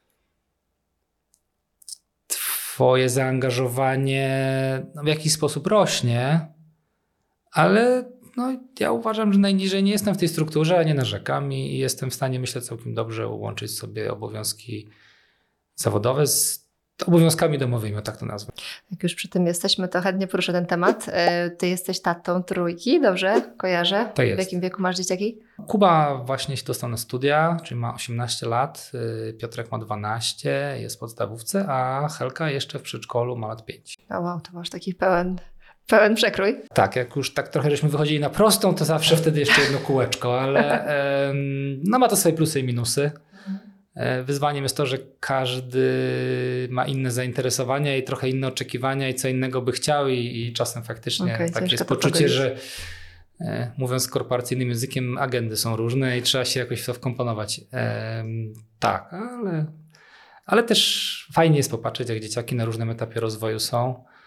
twoje zaangażowanie no, w jakiś sposób rośnie, ale no, ja uważam, że najniżej nie jestem w tej strukturze, a nie narzekam i jestem w stanie, myślę, całkiem dobrze łączyć sobie obowiązki zawodowe z obowiązkami domowymi, o tak to nazwę. Jak już przy tym jesteśmy, to chętnie poruszę ten temat. Ty jesteś tatą trójki, dobrze? Kojarzę? To jest. W jakim wieku masz dzieciaki? Kuba właśnie się dostał na studia, czyli ma osiemnaście lat, Piotrek ma dwanaście, jest w podstawówce, a Helka jeszcze w przedszkolu ma lat pięć. O wow, to masz taki pełen, pełen przekrój. Tak, jak już tak trochę żeśmy wychodzili na prostą, to zawsze wtedy jeszcze jedno kółeczko, ale no ma to swoje plusy i minusy. Wyzwaniem jest to, że każdy ma inne zainteresowania i trochę inne oczekiwania i co innego by chciał i, i czasem faktycznie okay, takie jest poczucie, że e, mówiąc korporacyjnym językiem, agendy są różne i trzeba się jakoś w to wkomponować. E, tak, ale, ale też fajnie jest popatrzeć, jak dzieciaki na różnym etapie rozwoju są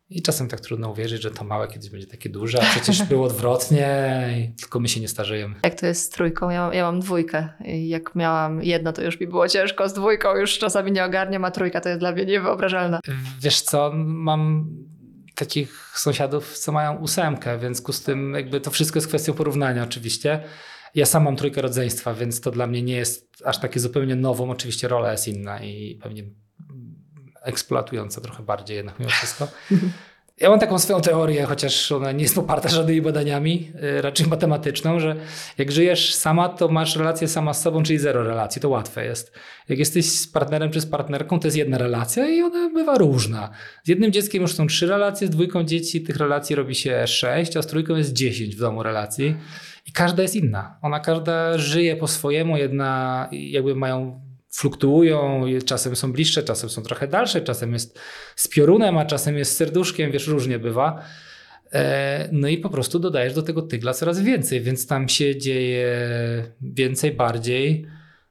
I czasem tak trudno uwierzyć, że to małe kiedyś będzie takie duże, a przecież było odwrotnie, i tylko my się nie starzejemy. Jak to jest z trójką? Ja, ja mam dwójkę. I jak miałam jedno, to już mi było ciężko. Z dwójką już czasami nie ogarniam, a trójka to jest dla mnie niewyobrażalne. Wiesz co, mam takich sąsiadów, co mają ósemkę, w związku z tym jakby to wszystko jest kwestią porównania oczywiście. Ja sam mam trójkę rodzeństwa, więc to dla mnie nie jest aż takie zupełnie nową. Oczywiście rola jest inna i pewnie eksploatująca trochę bardziej jednak mimo wszystko. Ja mam taką swoją teorię, chociaż ona nie jest poparta żadnymi badaniami, raczej matematyczną, że jak żyjesz sama, to masz relację sama z sobą, czyli zero relacji, to łatwe jest. Jak jesteś z partnerem czy z partnerką, to jest jedna relacja i ona bywa różna. Z jednym dzieckiem już są trzy relacje, z dwójką dzieci tych relacji robi się sześć, a z trójką jest dziesięć w domu relacji i każda jest inna. Ona każda żyje po swojemu, jedna jakby mają... fluktuują, czasem są bliższe, czasem są trochę dalsze, czasem jest z piorunem, a czasem jest z serduszkiem, wiesz, różnie bywa. No i po prostu dodajesz do tego tygla coraz więcej, więc tam się dzieje więcej, bardziej.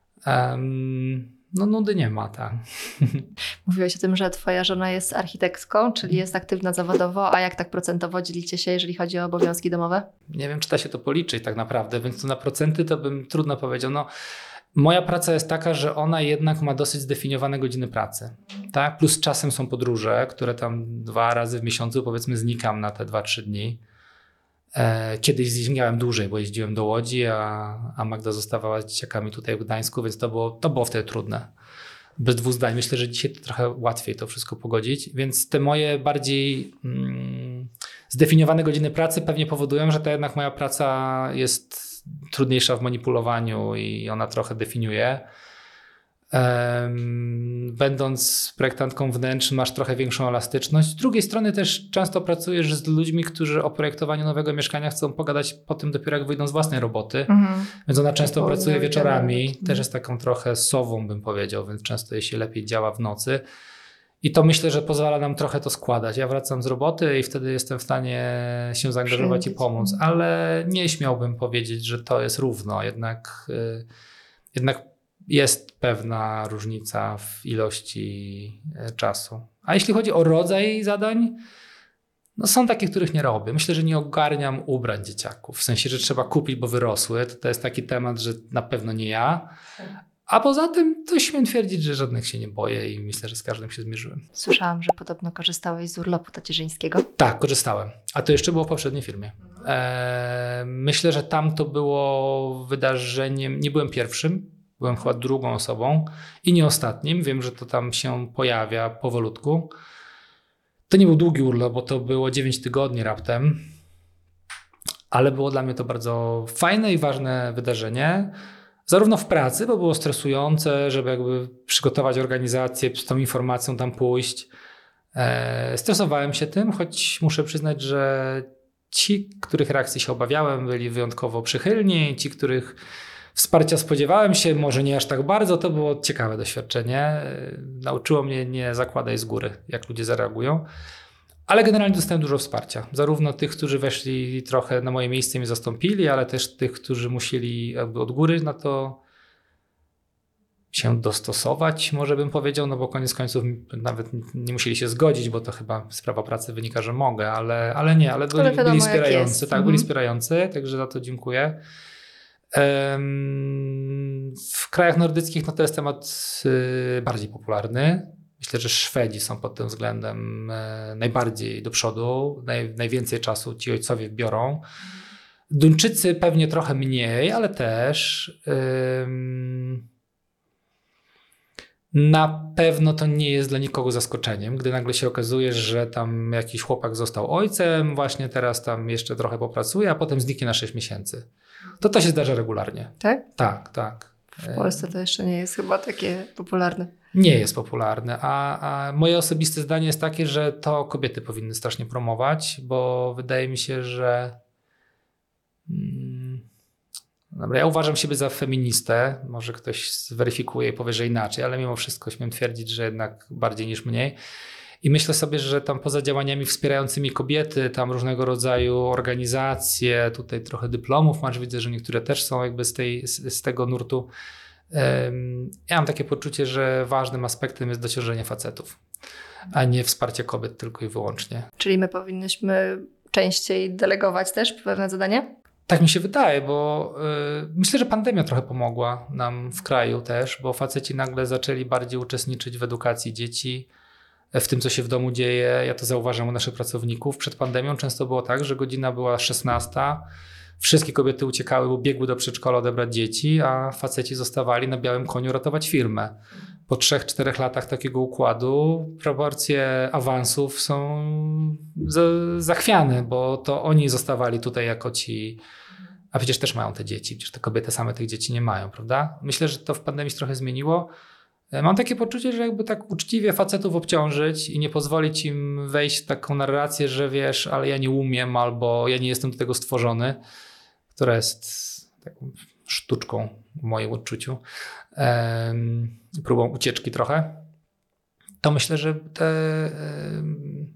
No nudy nie ma, tak. Mówiłeś o tym, że twoja żona jest architektką, czyli jest aktywna zawodowo, a jak tak procentowo dzielicie się, jeżeli chodzi o obowiązki domowe? Nie wiem, czy da się to policzyć tak naprawdę, więc to na procenty to bym trudno powiedział. No, moja praca jest taka, że ona jednak ma dosyć zdefiniowane godziny pracy, tak? Plus czasem są podróże, które tam dwa razy w miesiącu powiedzmy znikam na te dwa, trzy dni. E, kiedyś miałem dłużej, bo jeździłem do Łodzi, a, a Magda zostawała z dzieciakami tutaj w Gdańsku, więc to było, to było wtedy trudne. Bez dwóch zdań. Myślę, że dzisiaj to trochę łatwiej to wszystko pogodzić, więc te moje bardziej mm, zdefiniowane godziny pracy pewnie powodują, że ta jednak moja praca jest trudniejsza w manipulowaniu i ona trochę definiuje. Um, będąc projektantką wnętrz masz trochę większą elastyczność. Z drugiej strony też często pracujesz z ludźmi, którzy o projektowaniu nowego mieszkania chcą pogadać po tym dopiero jak wyjdą z własnej roboty. Mhm. Więc ona często pracuje wieczorami. Mhm. Też jest taką trochę sową, bym powiedział, więc często jej się lepiej działa w nocy. I to myślę, że pozwala nam trochę to składać. Ja wracam z roboty i wtedy jestem w stanie się zaangażować i pomóc, ale nie śmiałbym powiedzieć, że to jest równo. Jednak, yy, jednak jest pewna różnica w ilości czasu. A jeśli chodzi o rodzaj zadań, no są takie, których nie robię. Myślę, że nie ogarniam ubrań dzieciaków. W sensie, że trzeba kupić, bo wyrosły. To, to jest taki temat, że na pewno nie ja. A poza tym to śmiem twierdzić, że żadnych się nie boję i myślę, że z każdym się zmierzyłem. Słyszałam, że podobno korzystałeś z urlopu tacierzyńskiego. Tak, korzystałem. A to jeszcze było w poprzedniej firmie. Eee, myślę, że tam to było wydarzeniem, nie byłem pierwszym, byłem chyba drugą osobą i nie ostatnim. Wiem, że to tam się pojawia powolutku. To nie był długi urlop, bo to było dziewięć tygodni raptem, ale było dla mnie to bardzo fajne i ważne wydarzenie. Zarówno w pracy, bo było stresujące, żeby jakby przygotować organizację, z tą informacją tam pójść. E, stresowałem się tym, choć muszę przyznać, że ci, których reakcji się obawiałem, byli wyjątkowo przychylni. Ci, których wsparcia spodziewałem się, może nie aż tak bardzo, to było ciekawe doświadczenie. E, nauczyło mnie nie zakładać z góry, jak ludzie zareagują. Ale generalnie dostałem dużo wsparcia. Zarówno tych, którzy weszli trochę na moje miejsce i mnie zastąpili, ale też tych, którzy musieli jakby od góry na to się dostosować, może bym powiedział, no bo koniec końców nawet nie musieli się zgodzić, bo to chyba z prawa pracy wynika, że mogę, ale, ale nie, ale byli, ale wiadomo, byli wspierający. Tak, mhm. byli wspierający, także za to dziękuję. W krajach nordyckich no to jest temat bardziej popularny. Myślę, że Szwedzi są pod tym względem najbardziej do przodu, naj, najwięcej czasu ci ojcowie biorą. Duńczycy pewnie trochę mniej, ale też ym, na pewno to nie jest dla nikogo zaskoczeniem, gdy nagle się okazuje, że tam jakiś chłopak został ojcem, właśnie teraz tam jeszcze trochę popracuje, a potem zniknie na sześć miesięcy. To to się zdarza regularnie. Tak? Tak, tak. W Polsce to jeszcze nie jest chyba takie popularne. Nie jest popularne, a, a moje osobiste zdanie jest takie, że to kobiety powinny strasznie promować, bo wydaje mi się, że hmm, dobra, ja uważam siebie za feministę, może ktoś zweryfikuje i powie, że inaczej, ale mimo wszystko śmiem twierdzić, że jednak bardziej niż mniej. I myślę sobie, że tam poza działaniami wspierającymi kobiety, tam różnego rodzaju organizacje, tutaj trochę dyplomów masz, widzę, że niektóre też są jakby z, tej, z, z tego nurtu. Ja mam takie poczucie, że ważnym aspektem jest dociążenie facetów. a nie wsparcie kobiet tylko i wyłącznie. Czyli my powinnyśmy częściej delegować też pewne zadania? Tak mi się wydaje, bo y, myślę, że pandemia trochę pomogła nam w kraju też, bo faceci nagle zaczęli bardziej uczestniczyć w edukacji dzieci, w tym, co się w domu dzieje. Ja to zauważam u naszych pracowników. Przed pandemią często było tak, że godzina była szesnasta, wszystkie kobiety uciekały, bo biegły do przedszkola odebrać dzieci, a faceci zostawali na białym koniu ratować firmę. Po trzech, czterech latach takiego układu proporcje awansów są z- zachwiane, bo to oni zostawali tutaj jako ci, a przecież też mają te dzieci, przecież te kobiety same tych dzieci nie mają, prawda? Myślę, że to w pandemii się trochę zmieniło. Mam takie poczucie, że jakby tak uczciwie facetów obciążyć i nie pozwolić im wejść w taką narrację, że wiesz, ale ja nie umiem albo ja nie jestem do tego stworzony, która jest taką sztuczką w moim odczuciu, em, próbą ucieczki trochę, to myślę, że te em,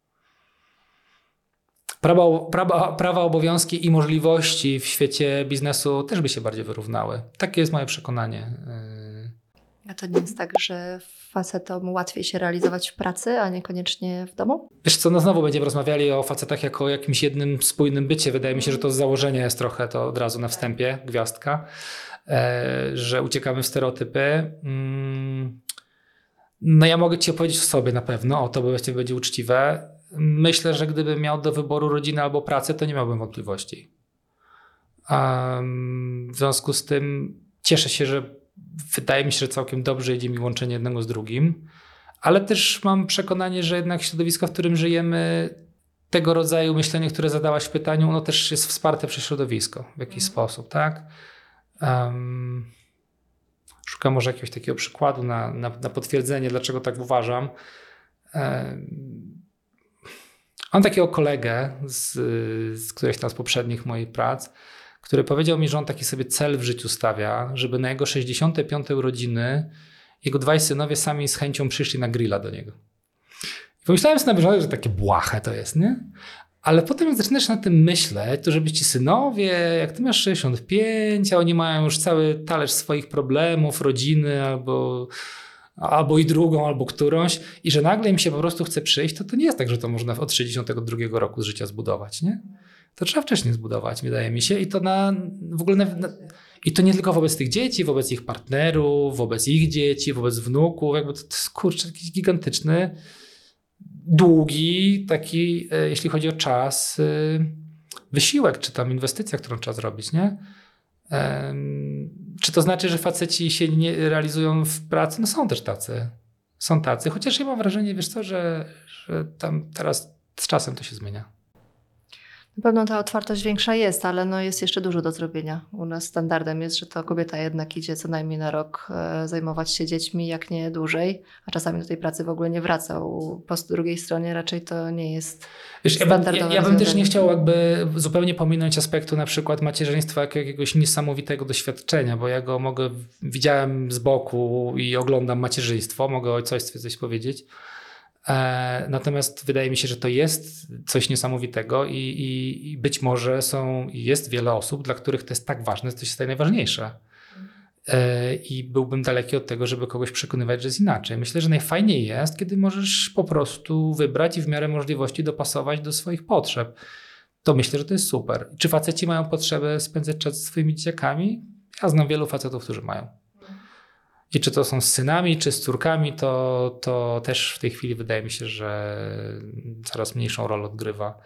prawa, prawa, prawa, obowiązki i możliwości w świecie biznesu też by się bardziej wyrównały. Takie jest moje przekonanie. A to nie jest tak, że facetom łatwiej się realizować w pracy, a niekoniecznie w domu? Wiesz co, no znowu będziemy rozmawiali o facetach jako o jakimś jednym spójnym bycie. Wydaje mi się, że to z założenia jest trochę to od razu na wstępie, gwiazdka, e, że uciekamy w stereotypy. Mm, no ja mogę ci opowiedzieć o sobie na pewno, o to bo będzie uczciwe. Myślę, że gdybym miał do wyboru rodzinę albo pracę, to nie miałbym wątpliwości. Um, w związku z tym cieszę się, że wydaje mi się, że całkiem dobrze idzie mi łączenie jednego z drugim, ale też mam przekonanie, że jednak środowisko, w którym żyjemy, tego rodzaju myślenie, które zadałaś w pytaniu, ono też jest wsparte przez środowisko w jakiś mm. sposób, tak? Um, szukam może jakiegoś takiego przykładu na, na, na potwierdzenie, dlaczego tak uważam. Um, mam takiego kolegę z, z którychś tam z poprzednich moich prac, który powiedział mi, że on taki sobie cel w życiu stawia, żeby na jego sześćdziesiąte piąte urodziny jego dwaj synowie sami z chęcią przyszli na grilla do niego. I pomyślałem sobie na bieżąco, że takie błahe to jest, nie? Ale potem jak zaczynasz nad tym myśleć, to żeby ci synowie, jak ty masz sześćdziesiąt pięć, a oni mają już cały talerz swoich problemów, rodziny albo, albo i drugą, albo którąś i że nagle im się po prostu chce przyjść, to to nie jest tak, że to można od sześćdziesiątego drugiego roku z życia zbudować, nie? To trzeba wcześniej zbudować, wydaje mi się. I to na w ogóle na, na, i to nie tylko wobec tych dzieci, wobec ich partnerów, wobec ich dzieci, wobec wnuków. Jakby to, to jest kurczę jakiś gigantyczny, długi taki, e, jeśli chodzi o czas, e, wysiłek, czy tam inwestycja, którą trzeba zrobić, nie? E, czy to znaczy, że faceci się nie realizują w pracy? No są też tacy. Są tacy. Chociaż ja mam wrażenie, wiesz co, że, że tam teraz z czasem to się zmienia. Na pewno ta otwartość większa jest, ale no jest jeszcze dużo do zrobienia. U nas standardem jest, że to kobieta jednak idzie co najmniej na rok e, zajmować się dziećmi, jak nie dłużej, a czasami do tej pracy w ogóle nie wraca. U, po drugiej stronie raczej to nie jest Wiesz, standardowe. Ja, ja, ja bym też nie chciał jakby zupełnie pominąć aspektu na przykład macierzyństwa jako jakiegoś niesamowitego doświadczenia, bo ja go mogę, widziałem z boku i oglądam macierzyństwo, mogę o ojcostwie coś powiedzieć. Natomiast wydaje mi się, że to jest coś niesamowitego i, i, i być może są, jest wiele osób, dla których to jest tak ważne, że to się staje najważniejsze. I byłbym daleki od tego, żeby kogoś przekonywać, że jest inaczej. Myślę, że najfajniej jest, kiedy możesz po prostu wybrać i w miarę możliwości dopasować do swoich potrzeb. To myślę, że to jest super. Czy faceci mają potrzebę spędzać czas ze swoimi dzieciakami? Ja znam wielu facetów, którzy mają. I czy to są z synami, czy z córkami, to, to też w tej chwili wydaje mi się, że coraz mniejszą rolę odgrywa.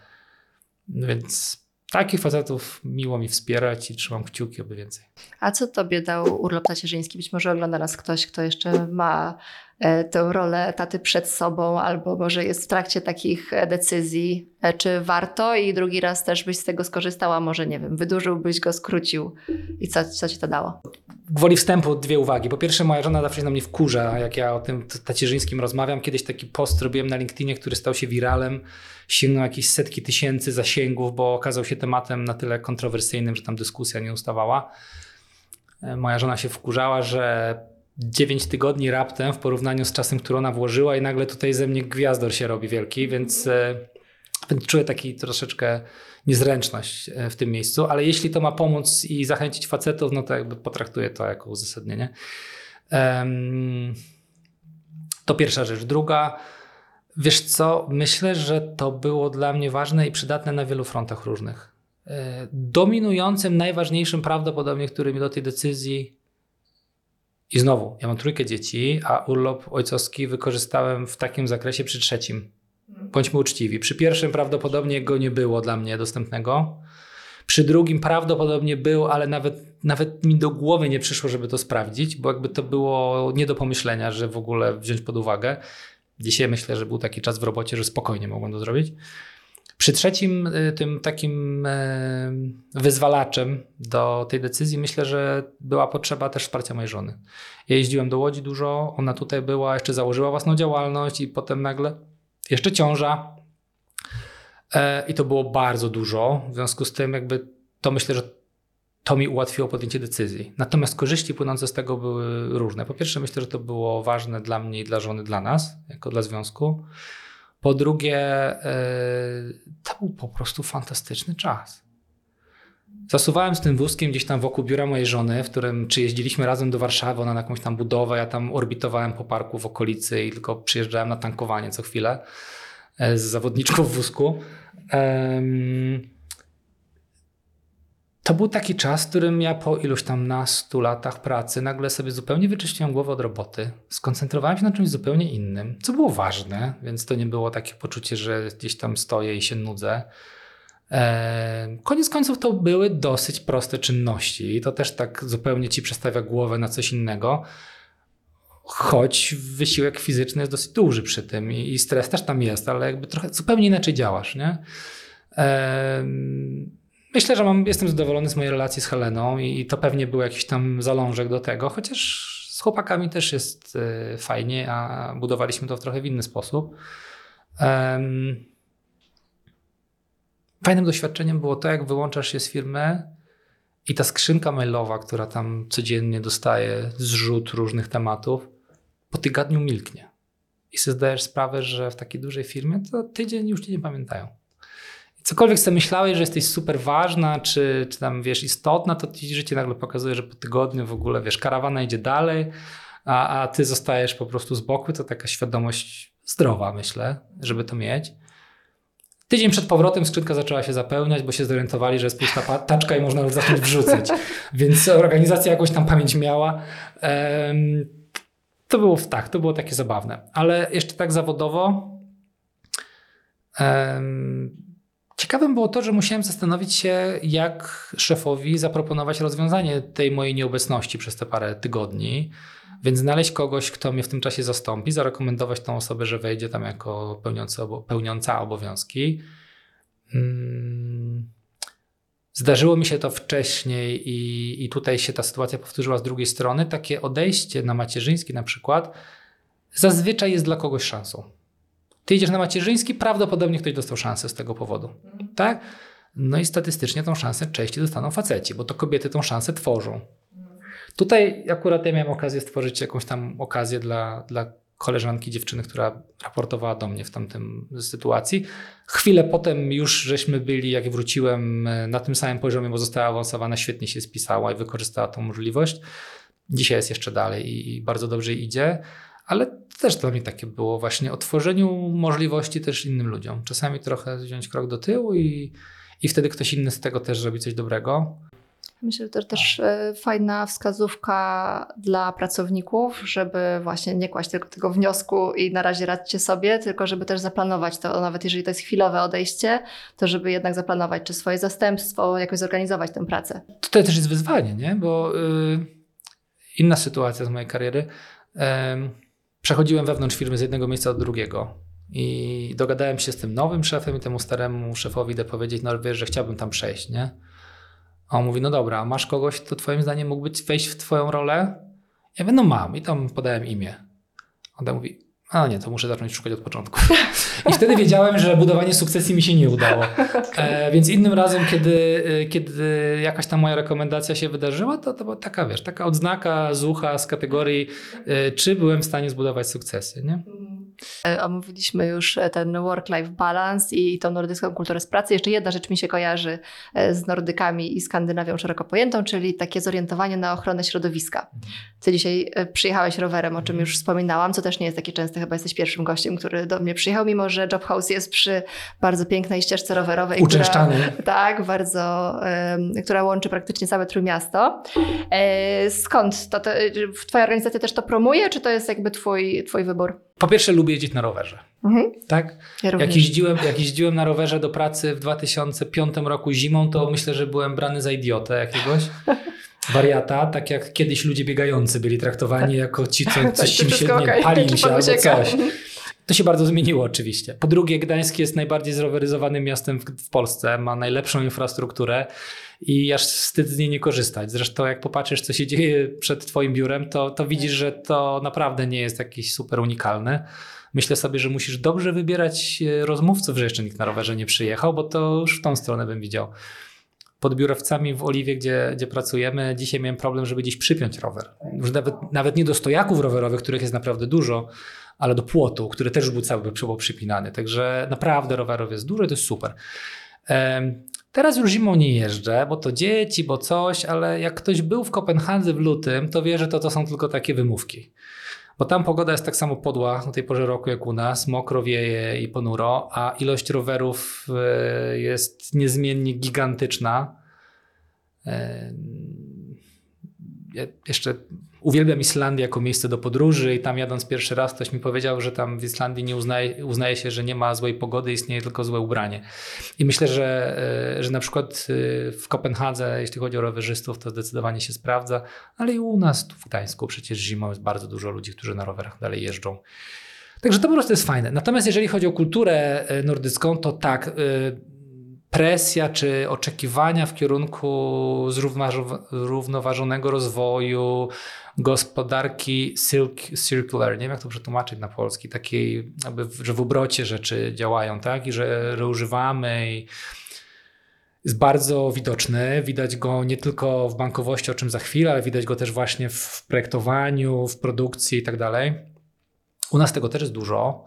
Więc takich facetów miło mi wspierać i trzymam kciuki, aby więcej. A co tobie dał urlop tacierzyński? Być może ogląda nas ktoś, kto jeszcze ma e, tę rolę taty przed sobą albo może jest w trakcie takich decyzji. E, czy warto i drugi raz też byś z tego skorzystała? Może nie wiem, wydłużyłbyś go, skrócił i co, co ci to dało? Gwoli wstępu dwie uwagi. Po pierwsze, moja żona zawsze się na mnie wkurza, jak ja o tym tacierzyńskim rozmawiam. Kiedyś taki post robiłem na LinkedInie, który stał się wiralem. Sięgnął jakieś setki tysięcy zasięgów, bo okazał się tematem na tyle kontrowersyjnym, że tam dyskusja nie ustawała. Moja żona się wkurzała, że dziewięć tygodni raptem w porównaniu z czasem, który ona włożyła i nagle tutaj ze mnie gwiazdor się robi wielki, więc, więc czuję taki troszeczkę niezręczność w tym miejscu, ale jeśli to ma pomóc i zachęcić facetów, no to jakby potraktuję to jako uzasadnienie. Um, to pierwsza rzecz. Druga, Wiesz co, myślę, że to było dla mnie ważne i przydatne na wielu frontach różnych. Dominującym, najważniejszym prawdopodobnie, który mi do tej decyzji i znowu, ja mam trójkę dzieci, a urlop ojcowski wykorzystałem w takim zakresie przy trzecim. Bądźmy uczciwi. Przy pierwszym prawdopodobnie go nie było dla mnie dostępnego. Przy drugim prawdopodobnie był, ale nawet, nawet mi do głowy nie przyszło, żeby to sprawdzić, bo jakby to było nie do pomyślenia, że w ogóle wziąć pod uwagę. Dzisiaj myślę, że był taki czas w robocie, że spokojnie mogłem to zrobić. Przy trzecim tym takim wyzwalaczem do tej decyzji myślę, że była potrzeba też wsparcia mojej żony. Ja jeździłem do Łodzi dużo, ona tutaj była, jeszcze założyła własną działalność i potem nagle jeszcze ciąża. I to było bardzo dużo. W związku z tym jakby to myślę, że to mi ułatwiło podjęcie decyzji. Natomiast korzyści płynące z tego były różne. Po pierwsze myślę, że to było ważne dla mnie i dla żony, dla nas, jako dla związku. Po drugie, yy, to był po prostu fantastyczny czas. Zasuwałem z tym wózkiem gdzieś tam wokół biura mojej żony, w którym czy jeździliśmy razem do Warszawy, ona na jakąś tam budowę, ja tam orbitowałem po parku w okolicy i tylko przyjeżdżałem na tankowanie co chwilę yy, z zawodniczką w wózku. Yy, To był taki czas, w którym ja po iluś tam nastu latach pracy nagle sobie zupełnie wyczyściłem głowę od roboty. Skoncentrowałem się na czymś zupełnie innym, co było ważne, więc to nie było takie poczucie, że gdzieś tam stoję i się nudzę. Eee, koniec końców to były dosyć proste czynności i to też tak zupełnie ci przestawia głowę na coś innego. Choć wysiłek fizyczny jest dosyć duży przy tym i, i stres też tam jest, ale jakby trochę zupełnie inaczej działasz, nie? Eee, Myślę, że mam, jestem zadowolony z mojej relacji z Heleną i to pewnie był jakiś tam zalążek do tego, chociaż z chłopakami też jest y, fajnie, a budowaliśmy to w trochę w inny sposób. Um, fajnym doświadczeniem było to, jak wyłączasz się z firmy i ta skrzynka mailowa, która tam codziennie dostaje zrzut różnych tematów, po tygodniu milknie. I sobie zdajesz sprawę, że w takiej dużej firmie to tydzień już cię nie pamiętają. Cokolwiek sobie myślałeś, że jesteś super ważna, czy, czy tam wiesz istotna, to ci życie nagle pokazuje, że po tygodniu w ogóle wiesz, karawana idzie dalej, a, a ty zostajesz po prostu z boku. To taka świadomość zdrowa, myślę, żeby to mieć. Tydzień przed powrotem skrzynka zaczęła się zapełniać, bo się zorientowali, że jest pusta taczka i można już zacząć wrzucać. Więc organizacja jakąś tam pamięć miała. Um, to było tak, to było takie zabawne. Ale jeszcze tak zawodowo um, ciekawym było to, że musiałem zastanowić się, jak szefowi zaproponować rozwiązanie tej mojej nieobecności przez te parę tygodni. Więc znaleźć kogoś, kto mnie w tym czasie zastąpi, zarekomendować tą osobę, że wejdzie tam jako pełniący, pełniąca obowiązki. Zdarzyło mi się to wcześniej i, i tutaj się ta sytuacja powtórzyła z drugiej strony. Takie odejście na macierzyński na przykład zazwyczaj jest dla kogoś szansą. Ty idziesz na macierzyński, prawdopodobnie ktoś dostał szansę z tego powodu. Tak? No i statystycznie tą szansę częściej dostaną faceci, bo to kobiety tą szansę tworzą. Tutaj akurat ja miałem okazję stworzyć jakąś tam okazję dla, dla koleżanki, dziewczyny, która raportowała do mnie w tamtym sytuacji. Chwilę potem już żeśmy byli, jak wróciłem, na tym samym poziomie, bo została awansowana, świetnie się spisała i wykorzystała tą możliwość. Dzisiaj jest jeszcze dalej i, i bardzo dobrze idzie. Ale też dla mnie takie było właśnie o tworzeniu możliwości też innym ludziom. Czasami trochę wziąć krok do tyłu i, i wtedy ktoś inny z tego też robi coś dobrego. Myślę, że to też fajna wskazówka dla pracowników, żeby właśnie nie kłaść tylko tego wniosku i na razie radźcie sobie, tylko żeby też zaplanować to, nawet jeżeli to jest chwilowe odejście, to żeby jednak zaplanować czy swoje zastępstwo, jakoś zorganizować tę pracę. Tutaj też jest wyzwanie, nie? Bo yy, inna sytuacja z mojej kariery. Yy, Przechodziłem wewnątrz firmy z jednego miejsca do drugiego i dogadałem się z tym nowym szefem i temu staremu szefowi idę powiedzieć, no wiesz, że chciałbym tam przejść, nie? A on mówi, no dobra, a masz kogoś, kto twoim zdaniem mógłby wejść w twoją rolę? Ja mówię, no mam i tam podałem imię. On tam mówi, a nie, to muszę zacząć szukać od początku. I wtedy wiedziałem, że budowanie sukcesji mi się nie udało. E, więc innym razem, kiedy, kiedy jakaś tam moja rekomendacja się wydarzyła, to, to była taka, wiesz, taka odznaka z ucha, z kategorii, e, czy byłem w stanie zbudować sukcesy, nie? Omówiliśmy już ten work-life balance i tą nordycką kulturę z pracy. Jeszcze jedna rzecz mi się kojarzy z Nordykami i Skandynawią szeroko pojętą, czyli takie zorientowanie na ochronę środowiska. Ty dzisiaj przyjechałeś rowerem, o czym już wspominałam, co też nie jest takie częste. Chyba jesteś pierwszym gościem, który do mnie przyjechał, mimo że Job House jest przy bardzo pięknej ścieżce rowerowej. Uczęszczany. Która, tak, bardzo, um, która łączy praktycznie całe Trójmiasto. E, skąd? To, to, twoja organizacja też to promuje, czy to jest jakby twój, twój wybór? Po pierwsze lubię jeździć na rowerze. Mhm. Tak? Ja jak, jeździłem, jak jeździłem na rowerze do pracy w dwa tysiące piątym roku zimą, to myślę, że byłem brany za idiotę jakiegoś. Wariata, tak jak kiedyś ludzie biegający byli traktowani jako ci, co coś im się nie okay. pali im się albo coś. To się bardzo zmieniło oczywiście. Po drugie, Gdańsk jest najbardziej zroweryzowanym miastem w, w Polsce, ma najlepszą infrastrukturę i aż wstyd z niej nie korzystać. Zresztą jak popatrzysz, co się dzieje przed twoim biurem, to, to widzisz, że to naprawdę nie jest jakiś super unikalny. Myślę sobie, że musisz dobrze wybierać rozmówców, że jeszcze nikt na rowerze nie przyjechał, bo to już w tą stronę bym widział. Pod biurowcami w Oliwie, gdzie, gdzie pracujemy, dzisiaj miałem problem, żeby gdzieś przypiąć rower. Już nawet, nawet nie do stojaków rowerowych, których jest naprawdę dużo, ale do płotu, który też był cały był przypinany. Także naprawdę rowerów jest dużo i to jest super. Um, teraz już zimą nie jeżdżę, bo to dzieci, bo coś, ale jak ktoś był w Kopenhadze w lutym, to wie, że to, to są tylko takie wymówki. Bo tam pogoda jest tak samo podła o tej porze roku jak u nas, mokro wieje i ponuro, a ilość rowerów jest niezmiennie gigantyczna. Ja jeszcze uwielbiam Islandię jako miejsce do podróży i tam jadąc pierwszy raz ktoś mi powiedział, że tam w Islandii nie uznaje, uznaje się, że nie ma złej pogody, istnieje tylko złe ubranie. I myślę, że, że na przykład w Kopenhadze, jeśli chodzi o rowerzystów, to zdecydowanie się sprawdza, ale i u nas tu w Gdańsku przecież zimą jest bardzo dużo ludzi, którzy na rowerach dalej jeżdżą. Także to po prostu jest fajne. Natomiast jeżeli chodzi o kulturę nordycką, to tak, presja czy oczekiwania w kierunku zrównoważonego rozwoju, gospodarki circular, nie wiem jak to przetłumaczyć na polski, takiej jakby, że w obrocie rzeczy działają, tak? I że reużywamy i jest bardzo widoczny. Widać go nie tylko w bankowości, o czym za chwilę, ale widać go też właśnie w projektowaniu, w produkcji i tak dalej. U nas tego też jest dużo.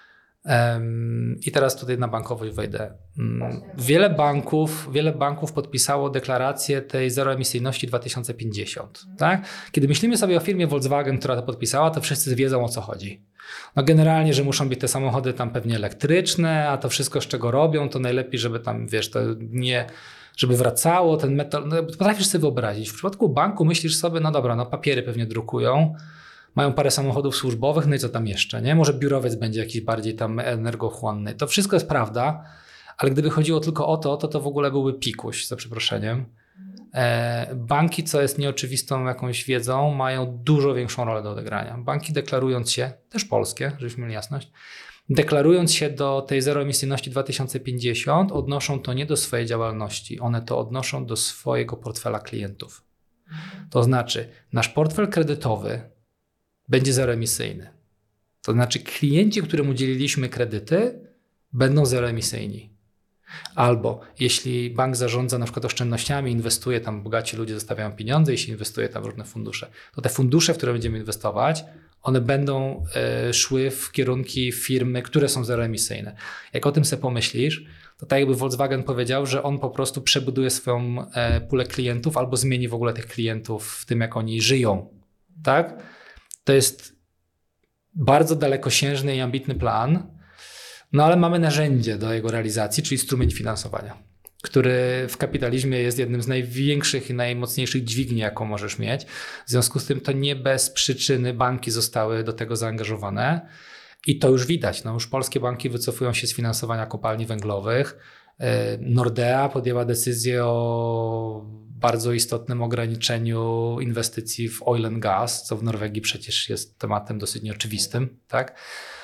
Um, I teraz tutaj na bankowość wejdę. Um, wiele banków, wiele banków podpisało deklarację tej zeroemisyjności dwa tysiące pięćdziesiąt. Tak? Kiedy myślimy sobie o firmie Volkswagen, która to podpisała, to wszyscy wiedzą, o co chodzi. No generalnie, że muszą być te samochody tam pewnie elektryczne, a to wszystko, z czego robią, to najlepiej, żeby tam, wiesz, to nie, żeby wracało ten metal. No, potrafisz sobie wyobrazić. W przypadku banku myślisz sobie, no dobra, no papiery pewnie drukują, mają parę samochodów służbowych, no i co tam jeszcze, nie? Może biurowiec będzie jakiś bardziej tam energochłonny. To wszystko jest prawda, ale gdyby chodziło tylko o to, to to w ogóle byłby pikuś, za przeproszeniem. E, banki, co jest nieoczywistą jakąś wiedzą, mają dużo większą rolę do odegrania. Banki deklarując się, też polskie, żebyśmy mieli jasność, deklarując się do tej zeroemisyjności dwa tysiące pięćdziesiąt, odnoszą to nie do swojej działalności, one to odnoszą do swojego portfela klientów. To znaczy, nasz portfel kredytowy będzie zeroemisyjny. To znaczy klienci, którym udzieliliśmy kredyty, będą zeroemisyjni. Albo jeśli bank zarządza na przykład oszczędnościami, inwestuje tam, bogaci ludzie zostawiają pieniądze i się inwestuje tam w różne fundusze, to te fundusze, w które będziemy inwestować, one będą y, szły w kierunki firmy, które są zeroemisyjne. Jak o tym sobie pomyślisz, to tak jakby Volkswagen powiedział, że on po prostu przebuduje swoją e, pulę klientów albo zmieni w ogóle tych klientów w tym, jak oni żyją. Tak? To jest bardzo dalekosiężny i ambitny plan, no ale mamy narzędzie do jego realizacji, czyli strumień finansowania, który w kapitalizmie jest jednym z największych i najmocniejszych dźwigni, jaką możesz mieć. W związku z tym to nie bez przyczyny banki zostały do tego zaangażowane i to już widać. No już polskie banki wycofują się z finansowania kopalni węglowych. Nordea podjęła decyzję o bardzo istotnym ograniczeniu inwestycji w oil and gas, co w Norwegii przecież jest tematem dosyć nieoczywistym. Tak?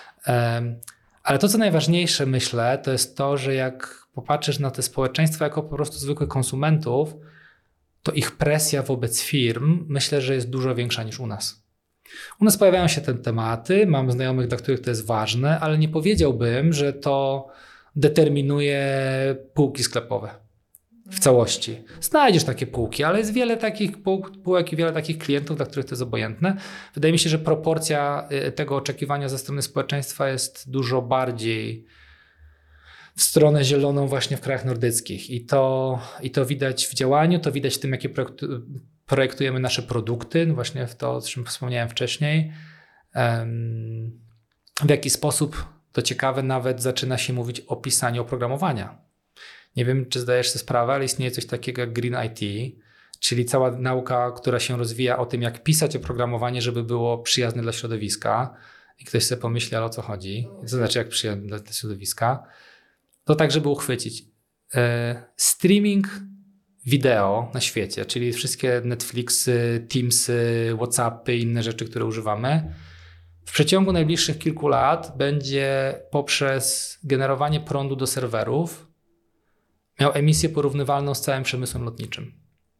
Ale to, co najważniejsze, myślę, to jest to, że jak popatrzysz na te społeczeństwa jako po prostu zwykłych konsumentów, to ich presja wobec firm, myślę, że jest dużo większa niż u nas. U nas pojawiają się te tematy, mam znajomych, dla których to jest ważne, ale nie powiedziałbym, że to determinuje półki sklepowe. w całości. Znajdziesz takie półki, ale jest wiele takich półk, półek i wiele takich klientów, dla których to jest obojętne. Wydaje mi się, że proporcja tego oczekiwania ze strony społeczeństwa jest dużo bardziej w stronę zieloną właśnie w krajach nordyckich. I to, i to widać w działaniu, to widać w tym, jakie projektu, projektujemy nasze produkty, no właśnie w to, o czym wspomniałem wcześniej. Um, w jaki sposób, to ciekawe, nawet zaczyna się mówić o pisaniu oprogramowania. Nie wiem, czy zdajesz sobie sprawę, ale istnieje coś takiego jak Green I T, czyli cała nauka, która się rozwija o tym, jak pisać oprogramowanie, żeby było przyjazne dla środowiska. I ktoś sobie pomyśli, ale o co chodzi? To znaczy, jak przyjazne dla środowiska? To tak, żeby uchwycić. E, streaming wideo na świecie, czyli wszystkie Netflixy, Teamsy, Whatsappy i inne rzeczy, które używamy, w przeciągu najbliższych kilku lat będzie poprzez generowanie prądu do serwerów miał emisję porównywalną z całym przemysłem lotniczym.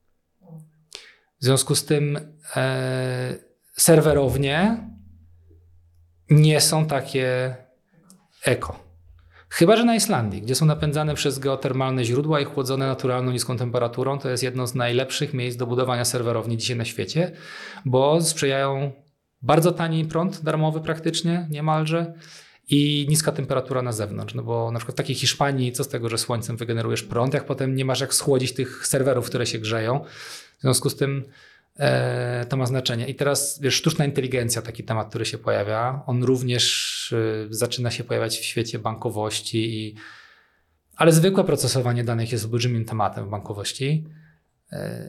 W związku z tym e, serwerownie nie są takie eko. Chyba że na Islandii, gdzie są napędzane przez geotermalne źródła i chłodzone naturalną niską temperaturą, to jest jedno z najlepszych miejsc do budowania serwerowni dzisiaj na świecie, bo sprzyjają bardzo tani prąd, darmowy praktycznie, niemalże, i niska temperatura na zewnątrz. No bo na przykład w takiej Hiszpanii, co z tego, że słońcem wygenerujesz prąd, jak potem nie masz jak schłodzić tych serwerów, które się grzeją. W związku z tym e, to ma znaczenie. I teraz wiesz, sztuczna inteligencja, taki temat, który się pojawia, on również e, zaczyna się pojawiać w świecie bankowości, i, ale zwykłe procesowanie danych jest olbrzymim tematem w bankowości. E,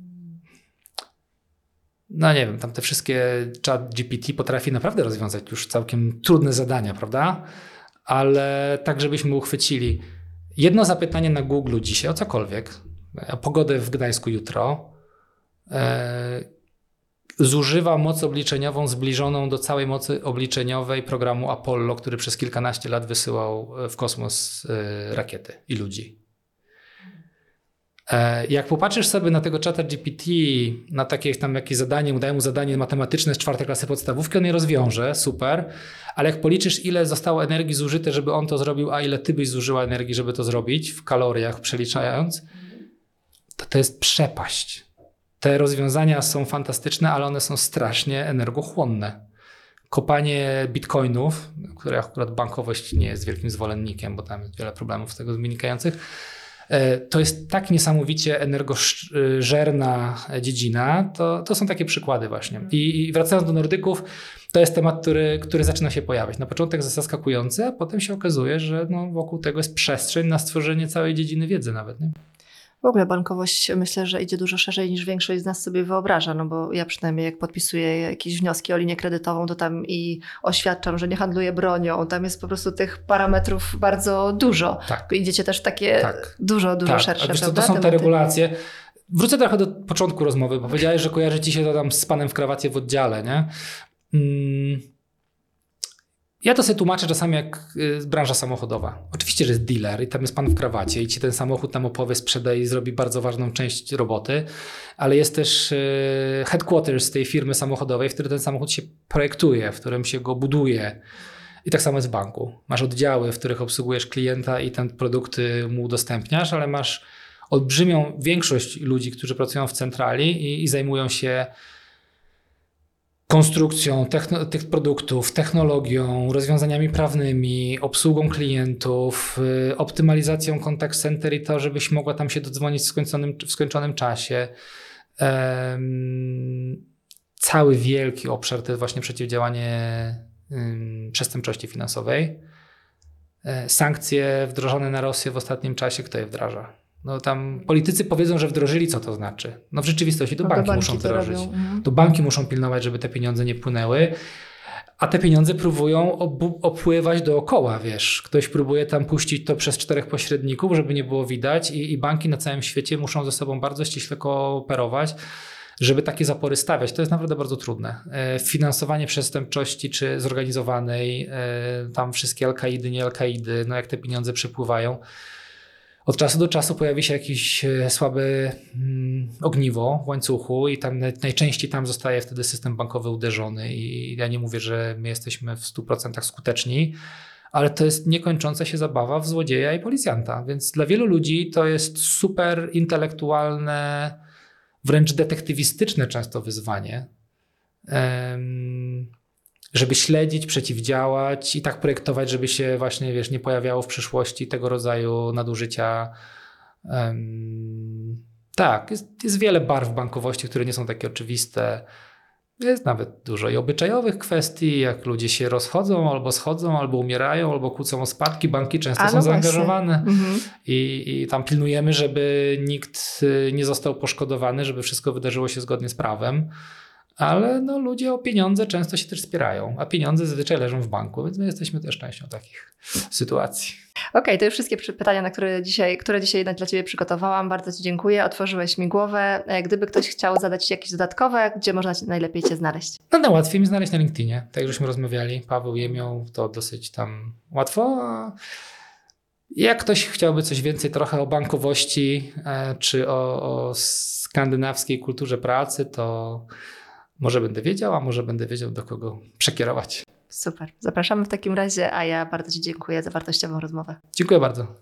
No nie wiem, tam te wszystkie chat G P T potrafi naprawdę rozwiązać już całkiem trudne zadania, prawda? Ale tak, żebyśmy uchwycili. Jedno zapytanie na Google dzisiaj o cokolwiek, o pogodę w Gdańsku jutro, e, zużywa moc obliczeniową zbliżoną do całej mocy obliczeniowej programu Apollo, który przez kilkanaście lat wysyłał w kosmos e, rakiety i ludzi. Jak popatrzysz sobie na tego czata G P T, na takie tam jakieś zadanie, daje mu zadanie matematyczne z czwartej klasy podstawówki, on je rozwiąże, super, ale jak policzysz, ile zostało energii zużyte, żeby on to zrobił, a ile ty byś zużyła energii, żeby to zrobić, w kaloriach przeliczając, to to jest przepaść. Te rozwiązania są fantastyczne, ale one są strasznie energochłonne. Kopanie bitcoinów, które akurat bankowość nie jest wielkim zwolennikiem, bo tam jest wiele problemów z tego wynikających, to jest tak niesamowicie energożerna dziedzina, to, to są takie przykłady właśnie. I, I wracając do Nordyków, to jest temat, który, który zaczyna się pojawiać. Na początek jest zaskakujący, a potem się okazuje, że no, wokół tego jest przestrzeń na stworzenie całej dziedziny wiedzy nawet. Nie? W ogóle bankowość myślę, że idzie dużo szerzej niż większość z nas sobie wyobraża, no bo ja przynajmniej jak podpisuję jakieś wnioski o linię kredytową, to tam i oświadczam, że nie handluję bronią, tam jest po prostu tych parametrów bardzo dużo. Tak. Idziecie też w takie tak. dużo, dużo tak. szersze. A wiesz, to, to są te regulacje. Wrócę trochę do początku rozmowy, bo powiedziałeś, że kojarzy ci się to tam z panem w krawacie w oddziale, nie? Hmm. Ja to sobie tłumaczę czasami jak y, branża samochodowa. Oczywiście, że jest dealer i tam jest pan w krawacie i ci ten samochód tam opowie, sprzeda i zrobi bardzo ważną część roboty, ale jest też y, headquarters tej firmy samochodowej, w której ten samochód się projektuje, w którym się go buduje. I tak samo jest w banku. Masz oddziały, w których obsługujesz klienta i ten produkty mu udostępniasz, ale masz olbrzymią większość ludzi, którzy pracują w centrali i, i zajmują się konstrukcją techno, tych produktów, technologią, rozwiązaniami prawnymi, obsługą klientów, y, optymalizacją contact center i to, żebyś mogła tam się dodzwonić w skończonym, w skończonym czasie. Um, cały wielki obszar to jest właśnie przeciwdziałanie um, przestępczości finansowej. E, sankcje wdrożone na Rosję w ostatnim czasie, kto je wdraża? No tam politycy powiedzą, że wdrożyli, co to znaczy. No w rzeczywistości to, no banki, to banki muszą wdrożyć. To, to banki muszą pilnować, żeby te pieniądze nie płynęły, a te pieniądze próbują ob- opływać dookoła, wiesz. Ktoś próbuje tam puścić to przez czterech pośredników, żeby nie było widać i, i banki na całym świecie muszą ze sobą bardzo ściśle kooperować, żeby takie zapory stawiać. To jest naprawdę bardzo trudne. E, finansowanie przestępczości czy zorganizowanej, e, tam wszystkie Al-Kaidy, nie Al-Kaidy, no jak te pieniądze przepływają. Od czasu do czasu pojawi się jakieś słabe mm, ogniwo w łańcuchu i tam najczęściej tam zostaje wtedy system bankowy uderzony i ja nie mówię, że my jesteśmy w stu procentach skuteczni, ale to jest niekończąca się zabawa w złodzieja i policjanta. Więc dla wielu ludzi to jest super intelektualne, wręcz detektywistyczne często wyzwanie, żeby śledzić, przeciwdziałać i tak projektować, żeby się właśnie, wiesz, nie pojawiało w przyszłości tego rodzaju nadużycia. Tak, jest, jest wiele barw bankowości, które nie są takie oczywiste. Jest nawet dużo i obyczajowych kwestii, jak ludzie się rozchodzą, albo schodzą, albo umierają, albo kłócą o spadki. Banki często A, są no zaangażowane mhm. i, i tam pilnujemy, żeby nikt nie został poszkodowany, żeby wszystko wydarzyło się zgodnie z prawem. Ale no, ludzie o pieniądze często się też spierają, a pieniądze zazwyczaj leżą w banku, więc my jesteśmy też częścią takich sytuacji. Okej, okay, to już wszystkie pytania, na które dzisiaj, które dzisiaj dla Ciebie przygotowałam. Bardzo Ci dziękuję, otworzyłeś mi głowę. Gdyby ktoś chciał zadać Ci jakieś dodatkowe, gdzie można najlepiej Cię znaleźć? No najłatwiej mi znaleźć na LinkedInie, tak jak żeśmy rozmawiali. Paweł Jemioł, to dosyć tam łatwo. Jak ktoś chciałby coś więcej trochę o bankowości, czy o, o skandynawskiej kulturze pracy, to może będę wiedział, a może będę wiedział, do kogo przekierować. Super. Zapraszamy w takim razie, a ja bardzo Ci dziękuję za wartościową rozmowę. Dziękuję bardzo.